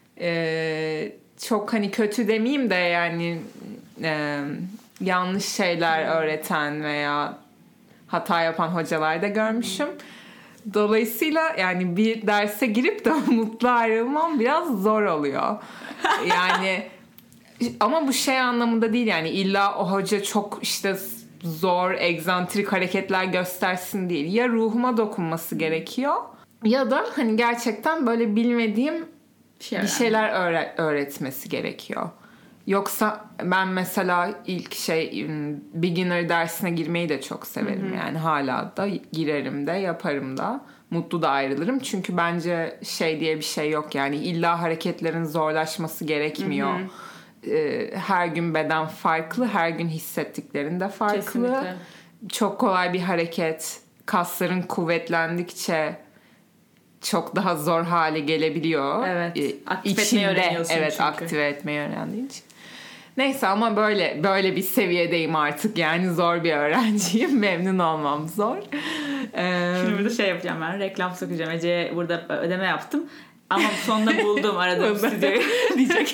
Çok hani kötü demeyeyim de yani yanlış şeyler öğreten veya hata yapan hocalar da görmüşüm. Dolayısıyla yani bir derse girip de mutlu ayrılmam biraz zor oluyor. Yani ama bu şey anlamında değil, yani illa o hoca çok işte zor, egzantrik hareketler göstersin değil. Ya ruhuma dokunması gerekiyor ya da hani gerçekten böyle bilmediğim bir şeyler öğretmesi gerekiyor. Yoksa ben mesela ilk beginner dersine girmeyi de çok severim. Yani hala da girerim de, yaparım da, mutlu da ayrılırım. Çünkü bence şey diye bir şey yok, yani illa hareketlerin zorlaşması gerekmiyor. Her gün beden farklı, her gün hissettiklerin de farklı. Kesinlikle. Çok kolay bir hareket kasların kuvvetlendikçe çok daha zor hale gelebiliyor. Evet. Aktive etmeyi öğreniyorsun evet, çünkü. Aktive etmeyi öğrendiğin için. Neyse, ama böyle bir seviyedeyim artık. Yani zor bir öğrenciyim. Memnun olmam zor. Şimdi burada şey yapacağım ben. Reklam sokacağım. Ece'ye burada ödeme yaptım. Ama sonunda buldum aradığım stüdyoyu diyecek.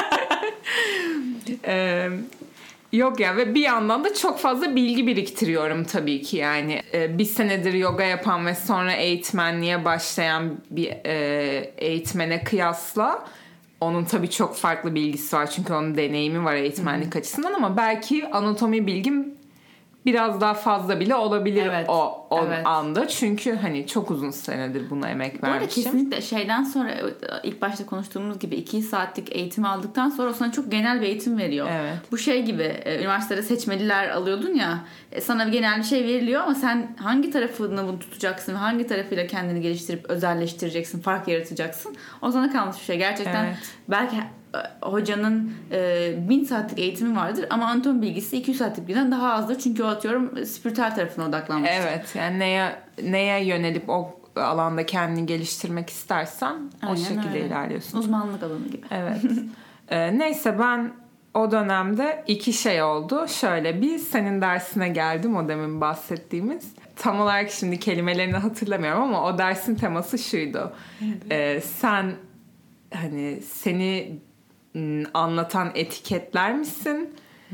Yok ya, ve bir yandan da çok fazla bilgi biriktiriyorum tabii ki, yani bir senedir yoga yapan ve sonra eğitmenliğe başlayan bir eğitmene kıyasla onun tabii çok farklı bilgisi var, çünkü onun deneyimi var eğitmenlik açısından, ama belki anatomi bilgim biraz daha fazla bile olabilir o anda. Çünkü hani çok uzun senedir buna emek vermişim. Bu arada kesinlikle şeyden sonra, ilk başta konuştuğumuz gibi 2 saatlik eğitimi aldıktan sonra o sana çok genel bir eğitim veriyor. Evet. Bu şey gibi, üniversitede seçmeliler alıyordun ya, sana bir genel bir şey veriliyor ama sen hangi tarafını bunu tutacaksın, hangi tarafıyla kendini geliştirip özelleştireceksin, fark yaratacaksın. O sana kalmış bir şey. Gerçekten belki hocanın 1000 saatlik eğitimi vardır ama anatomi bilgisi 200 saatlik birden daha azdır. Çünkü o, atıyorum, spiritüel tarafına odaklanmıştır. Evet, yani neye yönelip o alanda kendini geliştirmek istersen o şekilde ilerliyorsun. Uzmanlık alanı gibi. Evet. Neyse, ben o dönemde 2 şey oldu. Şöyle, bir senin dersine geldim, o demin bahsettiğimiz. Tam olarak şimdi kelimelerini hatırlamıyorum ama o dersin teması şuydu. Sen hani seni anlatan etiketler misin?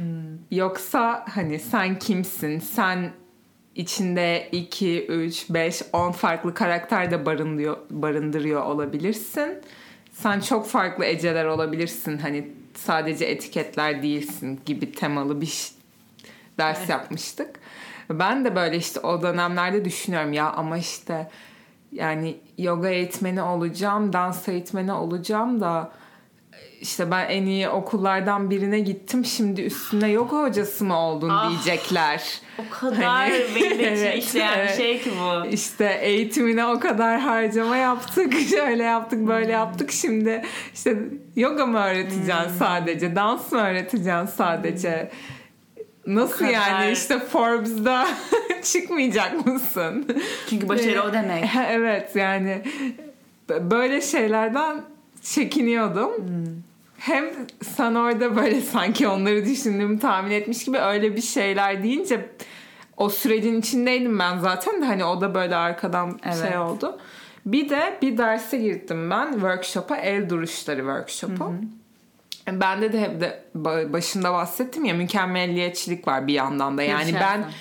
Yoksa hani sen kimsin? Sen içinde 2, 3, 5, 10 farklı karakter de barındırıyor olabilirsin. Sen çok farklı Ece'ler olabilirsin. Hani sadece etiketler değilsin gibi temalı bir ders yapmıştık. Ben de böyle işte o dönemlerde düşünüyorum ya, ama işte yani yoga eğitmeni olacağım, dans eğitmeni olacağım da işte ben en iyi okullardan birine gittim, şimdi üstüne yoga hocası mı oldun diyecekler. O kadar benim için işleyen bir şey ki bu. İşte eğitimine o kadar harcama yaptık, şöyle yaptık, böyle yaptık, şimdi işte yoga mı öğreteceksin sadece, dans mı öğreteceksin sadece? Nasıl yani, işte Forbes'da çıkmayacak mısın? Çünkü başarı o demek. Evet, yani böyle şeylerden çekiniyordum. Hem sen orada böyle sanki onları düşündüğümü tahmin etmiş gibi öyle bir şeyler deyince, o sürecin içindeydim ben zaten de, hani o da böyle arkadan şey oldu. Bir de bir derse girdim ben, workshop'a, el duruşları workshop'u. Bende de hep de başında bahsettim ya, mükemmelliyetçilik var bir yandan da. Yani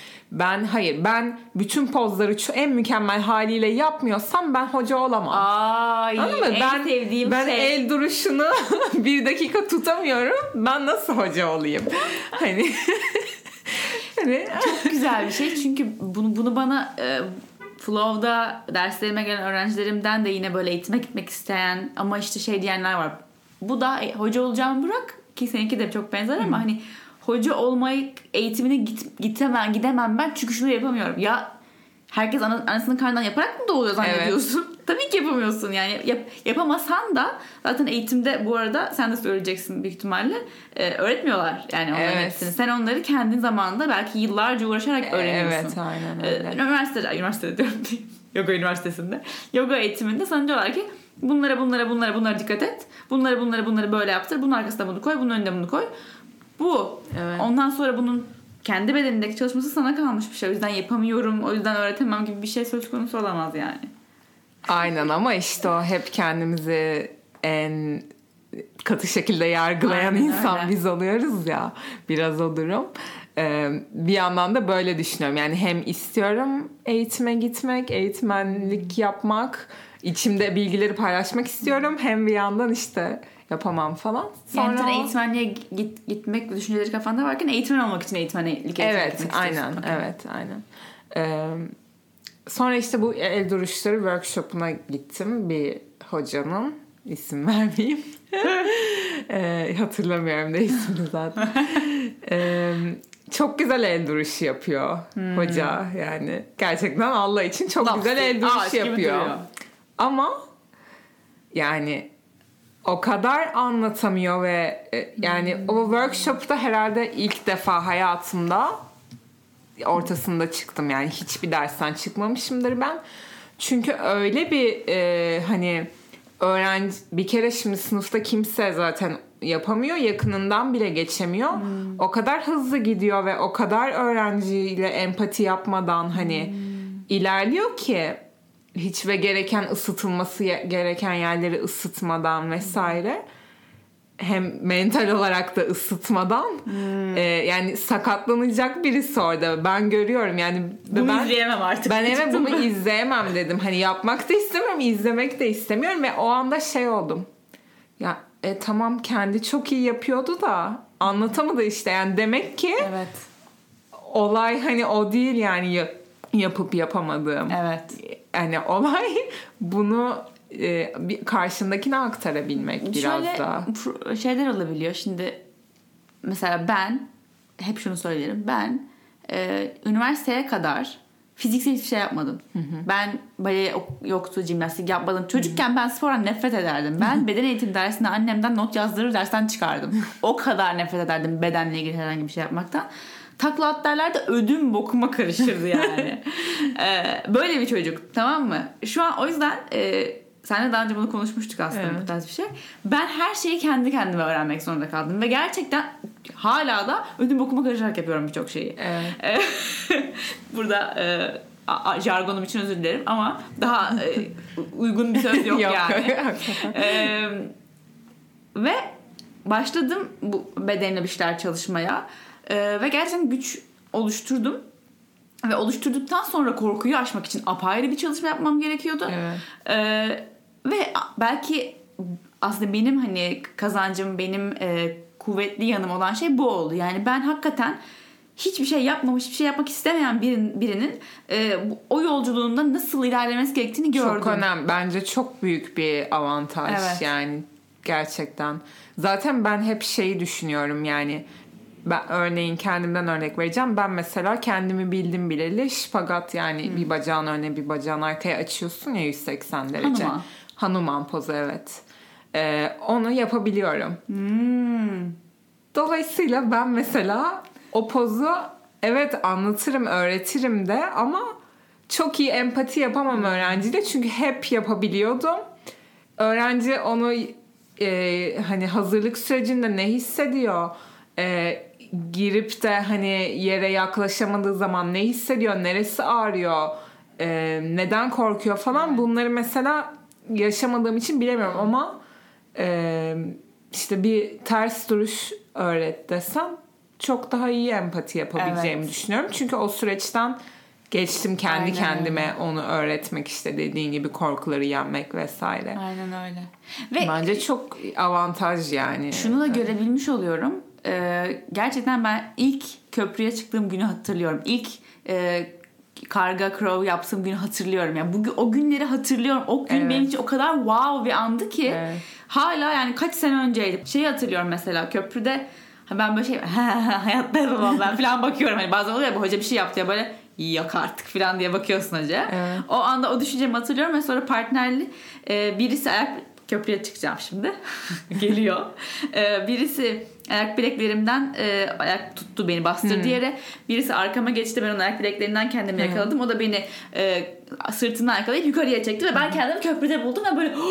ben bütün pozları en mükemmel haliyle yapmıyorsam ben hoca olamam. Anladın mı? En sevdiğim ben şey. El duruşunu 1 dakika tutamıyorum. Ben nasıl hoca olayım? Hani çok güzel bir şey. Çünkü bunu bana Flow'da derslerime gelen öğrencilerimden de yine böyle eğitime gitmek isteyen ama işte şey diyenler var. Bu da hoca olacağımı bırak, ki seninki de çok benzer ama hani hoca olmayı eğitimine gidemem ben çünkü şunu yapamıyorum. Ya herkes anasının karnından yaparak mı doğuyor zannediyorsun? Evet. Tabii ki yapamıyorsun yani. Yapamasan da zaten eğitimde bu arada sen de söyleyeceksin büyük ihtimalle. Öğretmiyorlar yani onların hepsini. Sen onları kendi zamanında belki yıllarca uğraşarak öğreniyorsun. Evet, aynen öyle. Üniversitede diyorum. Yoga üniversitesinde. Yoga eğitiminde sana diyorlar ki bunlara dikkat et. Bunları böyle yaptır. Bunun arkasına bunu koy. Bunun önüne bunu koy. Bu. Evet. Ondan sonra bunun kendi bedenindeki çalışması sana kalmış bir şey. O yüzden yapamıyorum. O yüzden öğretemem gibi bir şey söz konusu olamaz yani. Aynen ama işte o hep kendimizi en katı şekilde yargılayan aynen insan öyle. Biz oluyoruz ya. Biraz o durum. Bir yandan da böyle düşünüyorum. Yani hem istiyorum eğitime gitmek, eğitmenlik yapmak, içimde bilgileri paylaşmak istiyorum. Hem bir yandan işte yapamam falan. Sonra yani eğitmenliğe gitmek düşünceleri kafanda varken eğitmen olmak için eğitmenlik evet, aynen. Okay. Evet, aynen. Sonra işte bu el duruşları workshop'una gittim bir hocanın. İsim vermeyeyim. Hatırlamıyorum da ismini zaten. Çok güzel el duruşu yapıyor hoca yani. Gerçekten Allah için çok güzel el duruşu yapıyor. Ama yani o kadar anlatamıyor ve yani o workshop'ta herhalde ilk defa hayatımda ortasında çıktım yani hiçbir dersten çıkmamışımdır ben. Çünkü öyle bir hani öğrenci bir kere şimdi sınıfta kimse zaten yapamıyor, yakınından bile geçemiyor. O kadar hızlı gidiyor ve o kadar öğrenciyle empati yapmadan hani ilerliyor ki hiç ve gereken ısıtılması gereken yerleri ısıtmadan vesaire. Hem mental olarak da ısıtmadan yani sakatlanacak birisi orada. Ben görüyorum yani. Bunu izleyemem artık. Ben bunu izleyemem dedim. Hani yapmak da istemiyorum, izlemek de istemiyorum ve o anda şey oldum. Ya tamam kendi çok iyi yapıyordu da anlatamadı işte. Yani demek ki olay hani o değil yani yapıp yapamadığım. Evet. Yani olay bunu karşındakine aktarabilmek biraz da. Şeyler olabiliyor. Şimdi mesela ben hep şunu söylerim. Ben üniversiteye kadar fiziksel hiçbir şey yapmadım. Ben bale yoktu, jimnastik yapmadım. Çocukken ben spordan nefret ederdim. Ben beden eğitimi dersinde annemden not yazdırır dersten çıkardım. O kadar nefret ederdim bedenle ilgili herhangi bir şey yapmaktan. Takla at derler de ödüm bokuma karışırdı yani. Böyle bir çocuk, tamam mı? Şu an o yüzden seninle daha önce bunu konuşmuştuk aslında bu tarz bir şey. Ben her şeyi kendi kendime öğrenmek zorunda kaldım. Ve gerçekten hala da ödüm bokuma karışarak yapıyorum birçok şeyi. Evet. Burada jargonum için özür dilerim ama daha uygun bir söz yok yani. Ve başladım bu bedenle bir şeyler çalışmaya. Ve gerçekten güç oluşturdum. Ve oluşturduktan sonra korkuyu aşmak için apayrı bir çalışma yapmam gerekiyordu. Evet. Ve belki aslında benim hani kazancım, benim kuvvetli yanım olan şey bu oldu. Yani ben hakikaten hiçbir şey yapmamış, hiçbir şey yapmak istemeyen birinin o yolculuğunda nasıl ilerlemesi gerektiğini gördüm. Çok önemli. Bence çok büyük bir avantaj yani gerçekten. Zaten ben hep şeyi düşünüyorum yani. Ben örneğin kendimden örnek vereceğim. Ben mesela kendimi bildim bileli şpagat yani bir bacağın öne bir bacağın arkaya açıyorsun ya 180 derece. Hanuman pozu evet. Onu yapabiliyorum. Dolayısıyla ben mesela o pozu evet anlatırım, öğretirim de ama çok iyi empati yapamam öğrenciyle. Çünkü hep yapabiliyordum. Öğrenci onu hani hazırlık sürecinde ne hissediyor? Girip de hani yere yaklaşamadığı zaman ne hissediyor, neresi ağrıyor, neden korkuyor falan bunları mesela yaşamadığım için bilemiyorum ama işte bir ters duruş öğret desem çok daha iyi empati yapabileceğimi düşünüyorum. Çünkü o süreçten geçtim kendi kendime onu öğretmek işte dediğin gibi korkuları yenmek vesaire. Aynen öyle. Ve bence çok avantaj yani. Şunu da görebilmiş oluyorum. Gerçekten ben ilk köprüye çıktığım günü hatırlıyorum. İlk karga crow yaptığım günü hatırlıyorum. Yani o günleri hatırlıyorum. O gün benim için o kadar wow bir andı ki hala yani kaç sene önceydi. Şeyi hatırlıyorum mesela köprüde ben böyle hayatta yapamam ben falan bakıyorum. Hani bazen oluyor ya bu hoca bir şey yaptı ya böyle yok artık falan diye bakıyorsun hoca. Evet. O anda o düşüncemi hatırlıyorum ve sonra partnerli birisi köprüye çıkacağım şimdi. Geliyor. Birisi ayak bileklerimden ayak tuttu, beni bastırdı yere. Birisi arkama geçti, ben onun ayak bileklerinden kendimi yakaladım. O da beni sırtından yakalayıp yukarıya çekti ve ben kendimi köprüde buldum ve böyle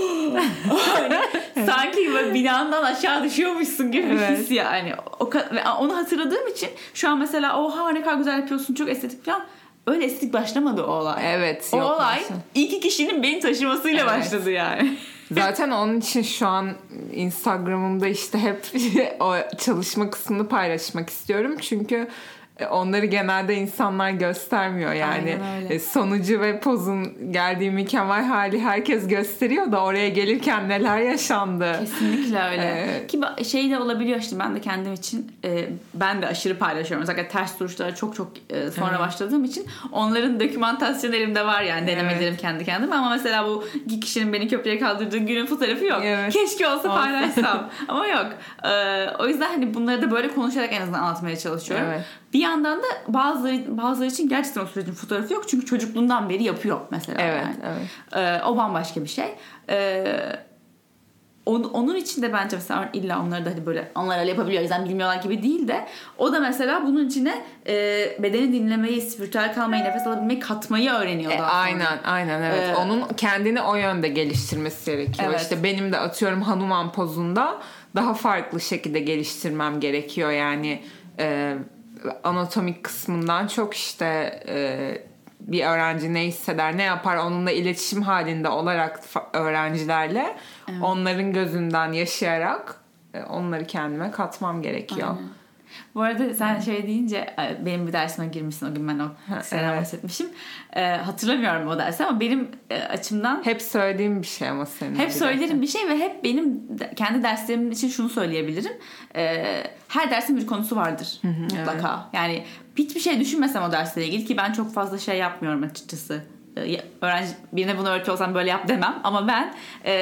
sanki böyle binandan aşağı düşüyormuşsun gibi bir his yani. Ve onu hatırladığım için şu an mesela oha ne kadar güzel yapıyorsun, çok estetik falan. Öyle estetik başlamadı o olay. Evet. O olay iki kişinin beni taşımasıyla başladı yani. Zaten onun için şu an Instagram'ımda işte hep o çalışma kısmını paylaşmak istiyorum. Çünkü onları genelde insanlar göstermiyor. Yani sonucu ve pozun geldiği mükemmel hali herkes gösteriyor da oraya gelirken neler yaşandı. Kesinlikle öyle. Ki şey de olabiliyor işte, ben de kendim için ben de aşırı paylaşıyorum. Özellikle ters duruşlara çok sonra başladığım için onların dokümantasyonu elimde var yani, denemelerim kendi kendime. Ama mesela bu iki kişinin beni köprüye kaldırdığı günün fotoğrafı yok. Evet. Keşke olsa paylaşsam. Ama yok. O yüzden hani bunları da böyle konuşarak en azından anlatmaya çalışıyorum. Evet. Bir yandan da bazıları için gerçekten o sürecin fotoğrafı yok. Çünkü çocukluğundan beri yapıyor mesela. Evet, yani. Evet. O bambaşka bir şey. Onun için de bence mesela illa onları da hani böyle onlar öyle yapabiliyor, o yüzden bilmiyorlar gibi değil de, o da mesela bunun içine bedeni dinlemeyi, spiritüel kalmayı, nefes alabilmeyi katmayı öğreniyor. Aynen evet. Onun kendini o yönde geliştirmesi gerekiyor. Evet. İşte benim de atıyorum Hanuman pozunda daha farklı şekilde geliştirmem gerekiyor yani. Anatomik kısmından çok işte bir öğrenci ne hisseder, ne yapar, onunla iletişim halinde olarak öğrencilerle onların gözünden yaşayarak onları kendime katmam gerekiyor. Aynen. Bu arada sen şey deyince benim bir dersime girmişsin o gün, ben o sene bahsetmişim. Hatırlamıyorum o dersi ama benim açımdan hep söylediğim bir şey ama senin. Hep söylerim bir şey ve hep benim kendi derslerim için şunu söyleyebilirim. Her dersin bir konusu vardır mutlaka. Evet. Yani hiçbir şey düşünmesem o dersle ilgili, ki ben çok fazla şey yapmıyorum açıkçası. Öğrenci birine bunu öğretiyor olsam böyle yap demem ama ben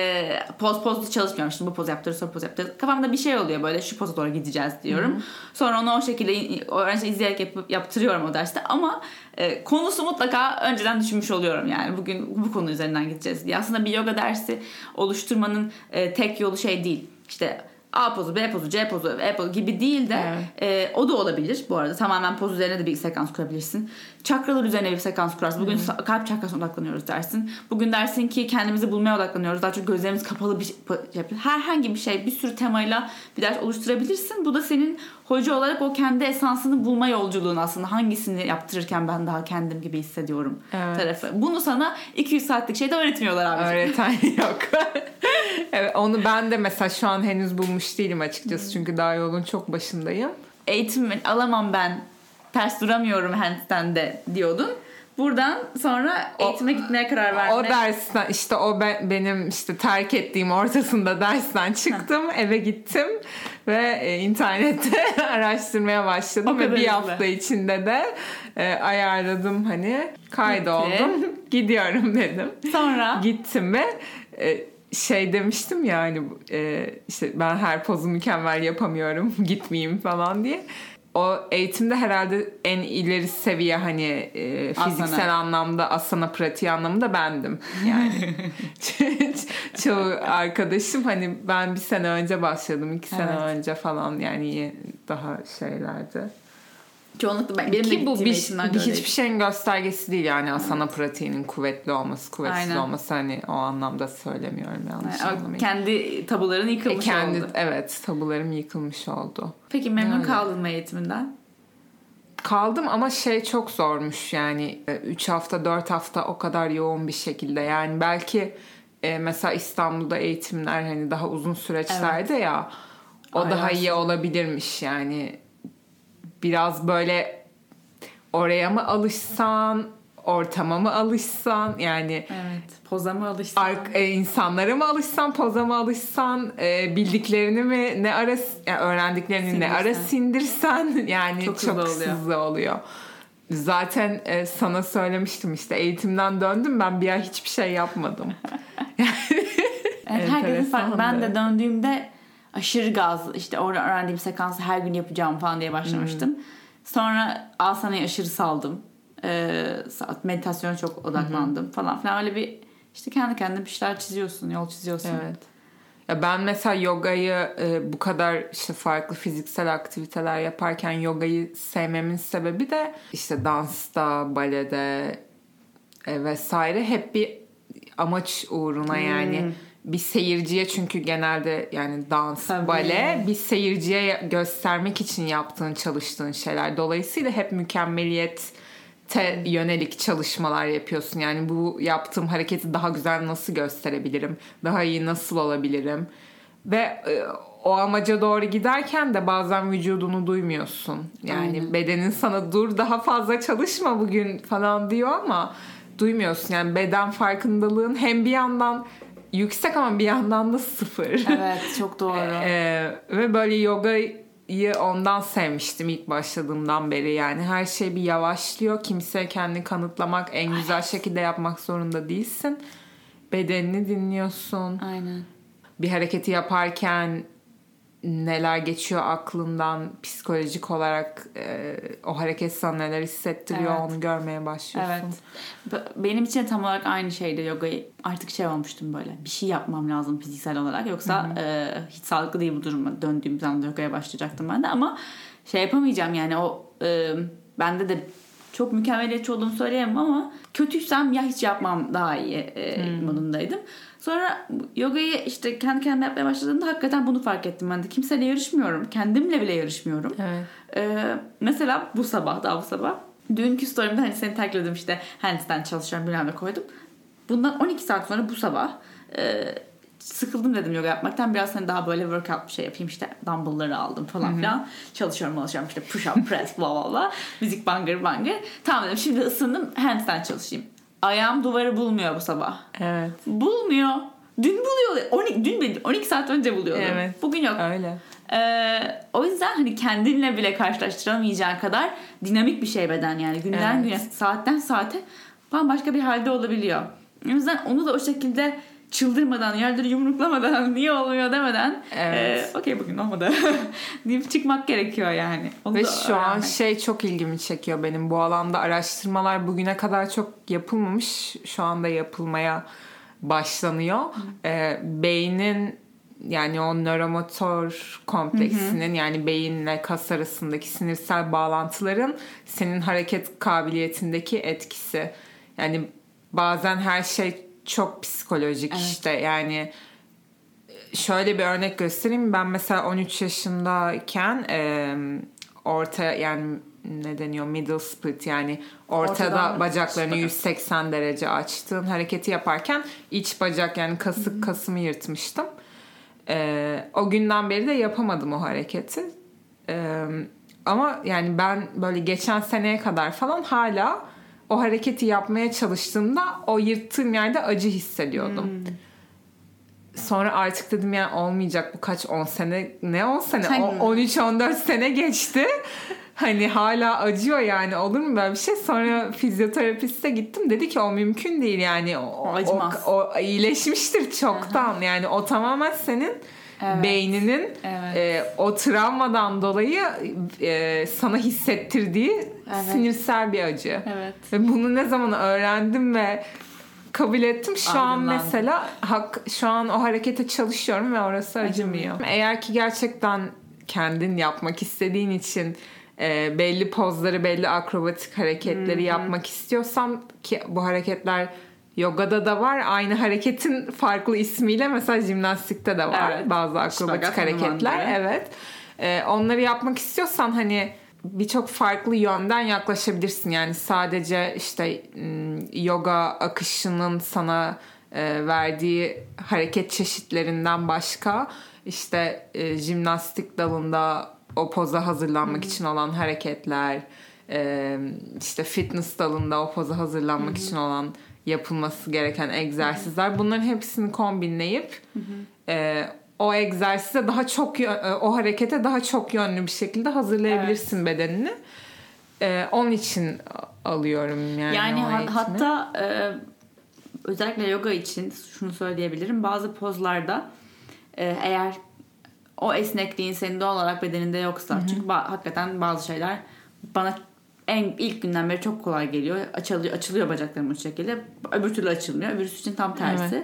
pozlu çalışmıyorum. Şimdi bu poz yaptırırız, poz yaptırırız. Kafamda bir şey oluyor, böyle şu poza doğru gideceğiz diyorum. Hı-hı. Sonra onu o şekilde öğrenci izleyerek yaptırıyorum o derste ama konusu mutlaka önceden düşünmüş oluyorum yani bugün bu konu üzerinden gideceğiz diye. Aslında bir yoga dersi oluşturmanın tek yolu şey değil, İşte A pozu, B pozu, C pozu, E pozu gibi değil de o da olabilir bu arada. Tamamen poz üzerine de bir sekans kurabilirsin. Çakralar üzerine bir sekans kurarsın. Bugün kalp çakrasına odaklanıyoruz dersin. Bugün dersin ki kendimizi bulmaya odaklanıyoruz. Daha çok gözlerimiz kapalı bir şey yapıyoruz. Herhangi bir şey, bir sürü temayla bir ders oluşturabilirsin. Bu da senin hoca olarak o kendi esansını bulma yolculuğun aslında. Hangisini yaptırırken ben daha kendim gibi hissediyorum tarafı. Bunu sana 200 saatlik şeyde öğretmiyorlar abi. Öğreten yok. Evet, onu ben de mesela şu an henüz bulmuş değilim açıkçası. Çünkü daha yolun çok başındayım. Eğitim alamam ben, ters duramıyorum handstand'de diyordun. Buradan sonra eğitime gitmeye karar verdin. O dersten işte benim işte terk ettiğim ortasında dersten çıktım. Eve gittim ve internette araştırmaya başladım. Ve bir hafta içinde de ayarladım, hani kaydoldum. Gidiyorum dedim. Sonra? Gittim ve şey demiştim ya hani işte ben her pozu mükemmel yapamıyorum, gitmeyeyim falan diye. O eğitimde herhalde en ileri seviye hani fiziksel anlamda, asana pratiği anlamında bendim. Yani çoğu arkadaşım hani ben bir sene önce başladım, 2 sene önce falan, yani daha şeylerdi. Çoğunlukla benim ki bu hiçbir şeyin göstergesi değil yani, asana pratiğinin kuvvetli olması, kuvvetsiz olması, hani o anlamda söylemiyorum, yanlış anlamayın. Kendi tabuların yıkılmış oldu. Evet, tabularım yıkılmış oldu. Peki memnun kaldın mı eğitiminden? Kaldım ama çok zormuş yani 3 hafta 4 hafta o kadar yoğun bir şekilde, yani belki mesela İstanbul'da eğitimler hani daha uzun süreçlerde ya, o daha iyi olabilirmiş yani. Biraz böyle oraya mı alışsan, ortama mı alışsan, yani poza mı alışsan, insanlara mı alışsan, poza mı alışsan, bildiklerini mi öğrendiklerini ne ara sindirsen, yani çok hızlı oluyor. Zaten sana söylemiştim, işte eğitimden döndüm, ben bir ay hiçbir şey yapmadım. Herkesin farklı. Ben de döndüğümde aşırı gaz, işte orada öğrendiğim sekansı her gün yapacağım falan diye başlamıştım. Sonra asana'yı aşırı saldım. Meditasyona çok odaklandım falan filan. Öyle bir işte kendi kendine bir şeyler çiziyorsun, yol çiziyorsun. Evet. Ya ben mesela yogayı bu kadar işte farklı fiziksel aktiviteler yaparken yogayı sevmemin sebebi de işte dansta, balede vesaire hep bir amaç uğruna yani bir seyirciye, çünkü genelde yani dans, Tabii. bale bir seyirciye göstermek için yaptığın, çalıştığın şeyler. Dolayısıyla hep mükemmeliyete yönelik çalışmalar yapıyorsun. Yani bu yaptığım hareketi daha güzel nasıl gösterebilirim? Daha iyi nasıl olabilirim? Ve o amaca doğru giderken de bazen vücudunu duymuyorsun. Yani bedenin sana dur daha fazla çalışma bugün falan diyor ama duymuyorsun. Yani beden farkındalığın hem bir yandan yüksek ama bir yandan da sıfır. Evet, çok doğru. Ve böyle yogayı ondan sevmiştim ilk başladığımdan beri. Yani her şey bir yavaşlıyor. Kimseye kendini kanıtlamak, en güzel şekilde yapmak zorunda değilsin. Bedenini dinliyorsun. Aynen. Bir hareketi yaparken neler geçiyor aklından, psikolojik olarak o hareket sana neler hissettiriyor, onu görmeye başlıyorsun. Evet. Benim için tam olarak aynı şeydi yogayı. Artık şey olmuştum böyle. Bir şey yapmam lazım fiziksel olarak. Yoksa hiç sağlıklı değil bu duruma. Döndüğüm zaman yogaya başlayacaktım ben de. Ama şey yapamayacağım yani o bende de çok mükemmeliyetçi olduğumu söyleyemem ama kötüysem ya hiç yapmam daha iyi modundaydım. Sonra yogayı işte kendi kendime yapmaya başladığımda hakikaten bunu fark ettim ben de. Kimseyle yarışmıyorum. Kendimle bile yarışmıyorum. Evet. Mesela bu sabah. Dünkü story'imde hani seni takip işte handstand çalışıyorum bilmem ne koydum. Bundan 12 saat sonra bu sabah sıkıldım dedim yoga yapmaktan. Biraz hani daha böyle workout bir şey yapayım. İşte dumbbell'ları aldım falan filan. Çalışıyorum işte push up, press, bla bla bla. Müzik bangır. Tamam dedim, şimdi ısındım, handstand çalışayım. Ayağım duvarı bulmuyor bu sabah. Evet. Bulmuyor. Dün buluyordu. 12 saat önce buluyordu. Evet. Bugün yok. Öyle. O yüzden hani kendinle bile karşılaştıramayacağın kadar dinamik bir şey beden yani. Günden güne, saatten saate bambaşka bir halde olabiliyor. O yüzden onu da o şekilde çıldırmadan, yerleri yumruklamadan, niye olmuyor demeden okey bugün olmadı deyip çıkmak gerekiyor yani. Onu ve şu an çok ilgimi çekiyor benim. Bu alanda araştırmalar bugüne kadar çok yapılmamış. Şu anda yapılmaya başlanıyor. Beynin, yani o nöromotor kompleksinin, yani beyinle kas arasındaki sinirsel bağlantıların senin hareket kabiliyetindeki etkisi. Yani bazen her şey çok psikolojik işte. Yani şöyle bir örnek göstereyim. Ben mesela 13 yaşındayken orta, yani ne deniyor, middle split, yani ortada bacaklarını 180 derece açtığın hareketi yaparken iç bacak, yani kasımı yırtmıştım. O günden beri de yapamadım o hareketi. Ama yani ben böyle geçen seneye kadar falan hala o hareketi yapmaya çalıştığımda o yırttığım yerde acı hissediyordum. Sonra artık dedim yani olmayacak, bu kaç 10 sene, ne 10 sene 13-14 sene geçti. Hani hala acıyor yani, olur mu böyle bir şey? Sonra fizyoterapiste gittim, dedi ki o mümkün değil yani, o iyileşmiştir çoktan. Yani o tamamen senin beyninin o travmadan dolayı sana hissettirdiği sinirsel bir acı. Ve bunu ne zaman öğrendim ve kabul ettim, şu an mesela şu an o harekete çalışıyorum ve orası acımıyor. Eğer ki gerçekten kendin yapmak istediğin için belli pozları, belli akrobatik hareketleri yapmak istiyorsan, ki bu hareketler yogada da var, aynı hareketin farklı ismiyle mesela jimnastikte de var bazı akrobatik hareketler. Onları yapmak istiyorsan hani birçok farklı yönden yaklaşabilirsin. Yani sadece işte yoga akışının sana verdiği hareket çeşitlerinden başka, işte jimnastik dalında o poza hazırlanmak için olan hareketler, işte fitness dalında o poza hazırlanmak için olan yapılması gereken egzersizler, bunların hepsini kombinleyip o egzersize daha çok, o harekete daha çok yönlü bir şekilde hazırlayabilirsin bedenini. Onun için alıyorum yani o eğitimi. Hatta özellikle yoga için şunu söyleyebilirim. Bazı pozlarda eğer o esnekliğin senin doğal olarak bedeninde yoksa, çünkü hakikaten bazı şeyler bana ilk günden beri çok kolay geliyor. Açılıyor bacaklarım o şekilde. Öbür türlü açılmıyor. Öbürsü için tam tersi.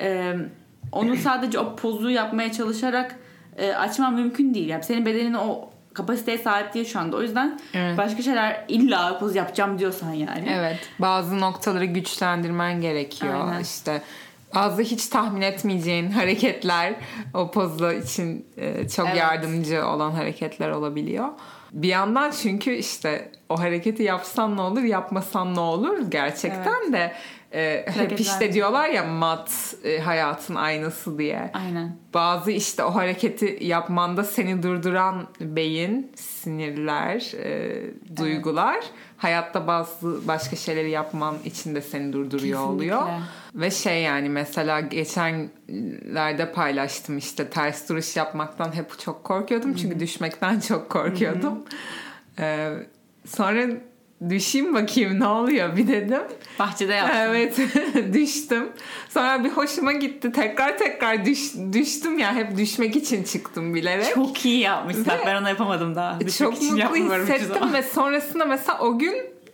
Onu sadece o pozu yapmaya çalışarak açmam mümkün değil. Yani senin bedenin o kapasiteye sahip değil şu anda. O yüzden başka şeyler illa poz yapacağım diyorsan yani. Evet. Bazı noktaları güçlendirmen gerekiyor. Aynen. İşte bazı hiç tahmin etmeyeceğin hareketler o pozla için çok yardımcı olan hareketler olabiliyor. Bir yandan çünkü işte o hareketi yapsan ne olur, yapmasan ne olur gerçekten de hep işte diyorlar ya mat hayatın aynası diye. Aynen. Bazı işte o hareketi yapmanda seni durduran beyin, sinirler, duygular hayatta bazı başka şeyleri yapman için de seni durduruyor. Kesinlikle. Oluyor. Ve yani mesela geçenlerde paylaştım işte ters duruş yapmaktan hep çok korkuyordum. Çünkü düşmekten çok korkuyordum. Sonra düşeyim bakayım ne oluyor bir dedim. Bahçede yaptım. Evet düştüm. Sonra bir hoşuma gitti. Tekrar düştüm ya. Hep düşmek için çıktım bilerek. Çok iyi yapmışsın. Ben onu yapamadım daha. Çok mutlu hissettim ve sonrasında mesela o gün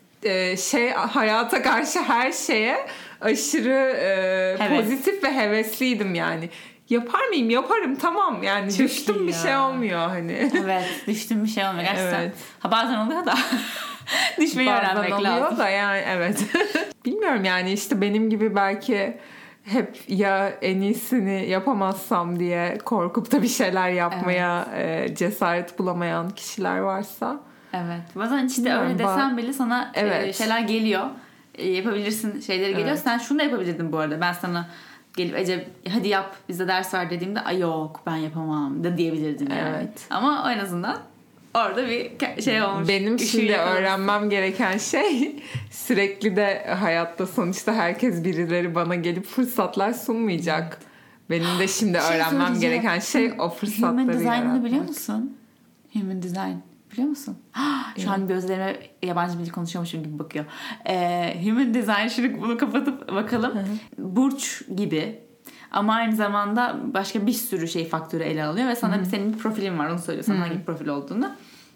hayata karşı her şeye aşırı pozitif ve hevesliydim yani. Yapar mıyım? Yaparım tamam. Yani çok düştüm bir şey olmuyor hani. Evet düştüm bir şey olmuyor gerçekten. Evet. Bazen oluyor da düşmeyi öğrenmek lazım. Bazen oluyor da yani evet. Bilmiyorum yani işte benim gibi belki hep ya en iyisini yapamazsam diye korkup da bir şeyler yapmaya cesaret bulamayan kişiler varsa. Evet. Bazen işte öyle desen bile sana şeyler geliyor. Yapabilirsin şeyleri geliyor. Evet. Sen şunu da yapabilirdin bu arada. Ben sana gelip Ece hadi yap bize ders ver dediğimde ay yok ben yapamam da diyebilirdim yani. Evet. Ama en azından orada bir şey olmuş. Benim şimdi öğrenmem gereken şey sürekli de hayatta sonuçta herkes birileri bana gelip fırsatlar sunmayacak. Evet. Benim de şimdi öğrenmem gereken şey o fırsatları Human Design'ını yaratmak. Biliyor musun? Human Design biliyor musun? Şu an gözlerime yabancı bir dil konuşuyormuşum gibi bakıyor. Human Design şimdi bunu kapatıp bakalım. Burç gibi ama aynı zamanda başka bir sürü faktörü ele alıyor ve sana senin bir profilin var onu söylüyor sana hangi profil olduğunu.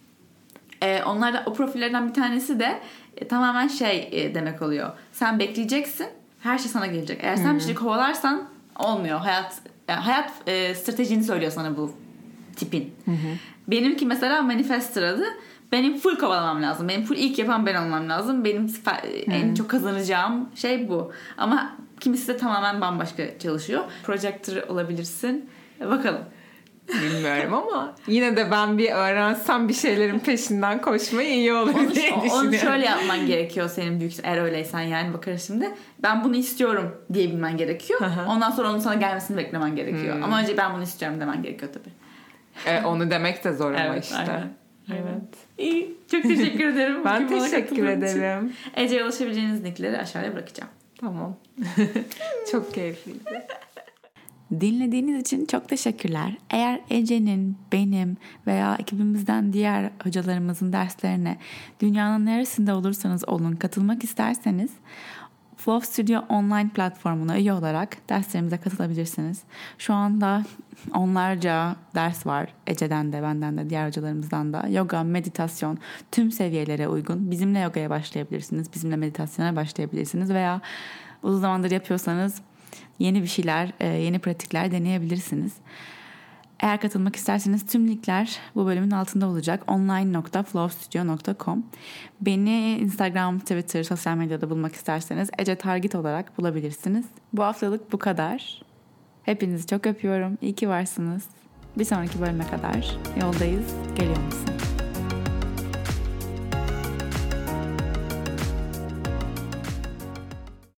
Onlar o profillerden bir tanesi de tamamen demek oluyor. Sen bekleyeceksin her şey sana gelecek. Eğer sen bir şey kovalarsan olmuyor. Hayat stratejini söylüyor sana bu tipin. Benimki mesela manifestor adı. Benim full kovalamam lazım. Benim full ilk yapan ben olmam lazım. Benim en çok kazanacağım şey bu. Ama kimisi de tamamen bambaşka çalışıyor. Projector olabilirsin. Bakalım. Bilmiyorum ama yine de ben bir öğrensem bir şeylerin peşinden koşmayı iyi olur diye düşünüyorum. Onu şöyle yapman gerekiyor senin büyük eğer öyleysen yani bakarız şimdi. Ben bunu istiyorum diyebilmen gerekiyor. Ondan sonra onun sana gelmesini beklemen gerekiyor. Ama önce ben bunu istiyorum demen gerekiyor tabii. Onu demek de zor ama işte. Aynen. Evet. İyi. Çok teşekkür ederim. Ben teşekkür ederim. Ece'ye ulaşabileceğiniz linkleri aşağıya bırakacağım. Tamam. Çok keyifliydi. Dinlediğiniz için çok teşekkürler. Eğer Ece'nin, benim veya ekibimizden diğer hocalarımızın derslerine dünyanın neresinde olursanız olun katılmak isterseniz Flow Studio online platformuna üye olarak derslerimize katılabilirsiniz. Şu anda onlarca ders var. Ece'den de, benden de, diğer hocalarımızdan da. Yoga, meditasyon, tüm seviyelere uygun. Bizimle yogaya başlayabilirsiniz. Bizimle meditasyona başlayabilirsiniz. Veya uzun zamandır yapıyorsanız yeni bir şeyler, yeni pratikler deneyebilirsiniz. Eğer katılmak isterseniz tüm linkler bu bölümün altında olacak. online.flowstudio.com. Beni Instagram, Twitter, sosyal medyada bulmak isterseniz Ece Targit olarak bulabilirsiniz. Bu haftalık bu kadar. Hepinizi çok öpüyorum. İyi ki varsınız. Bir sonraki bölüme kadar yoldayız. Geliyor musun?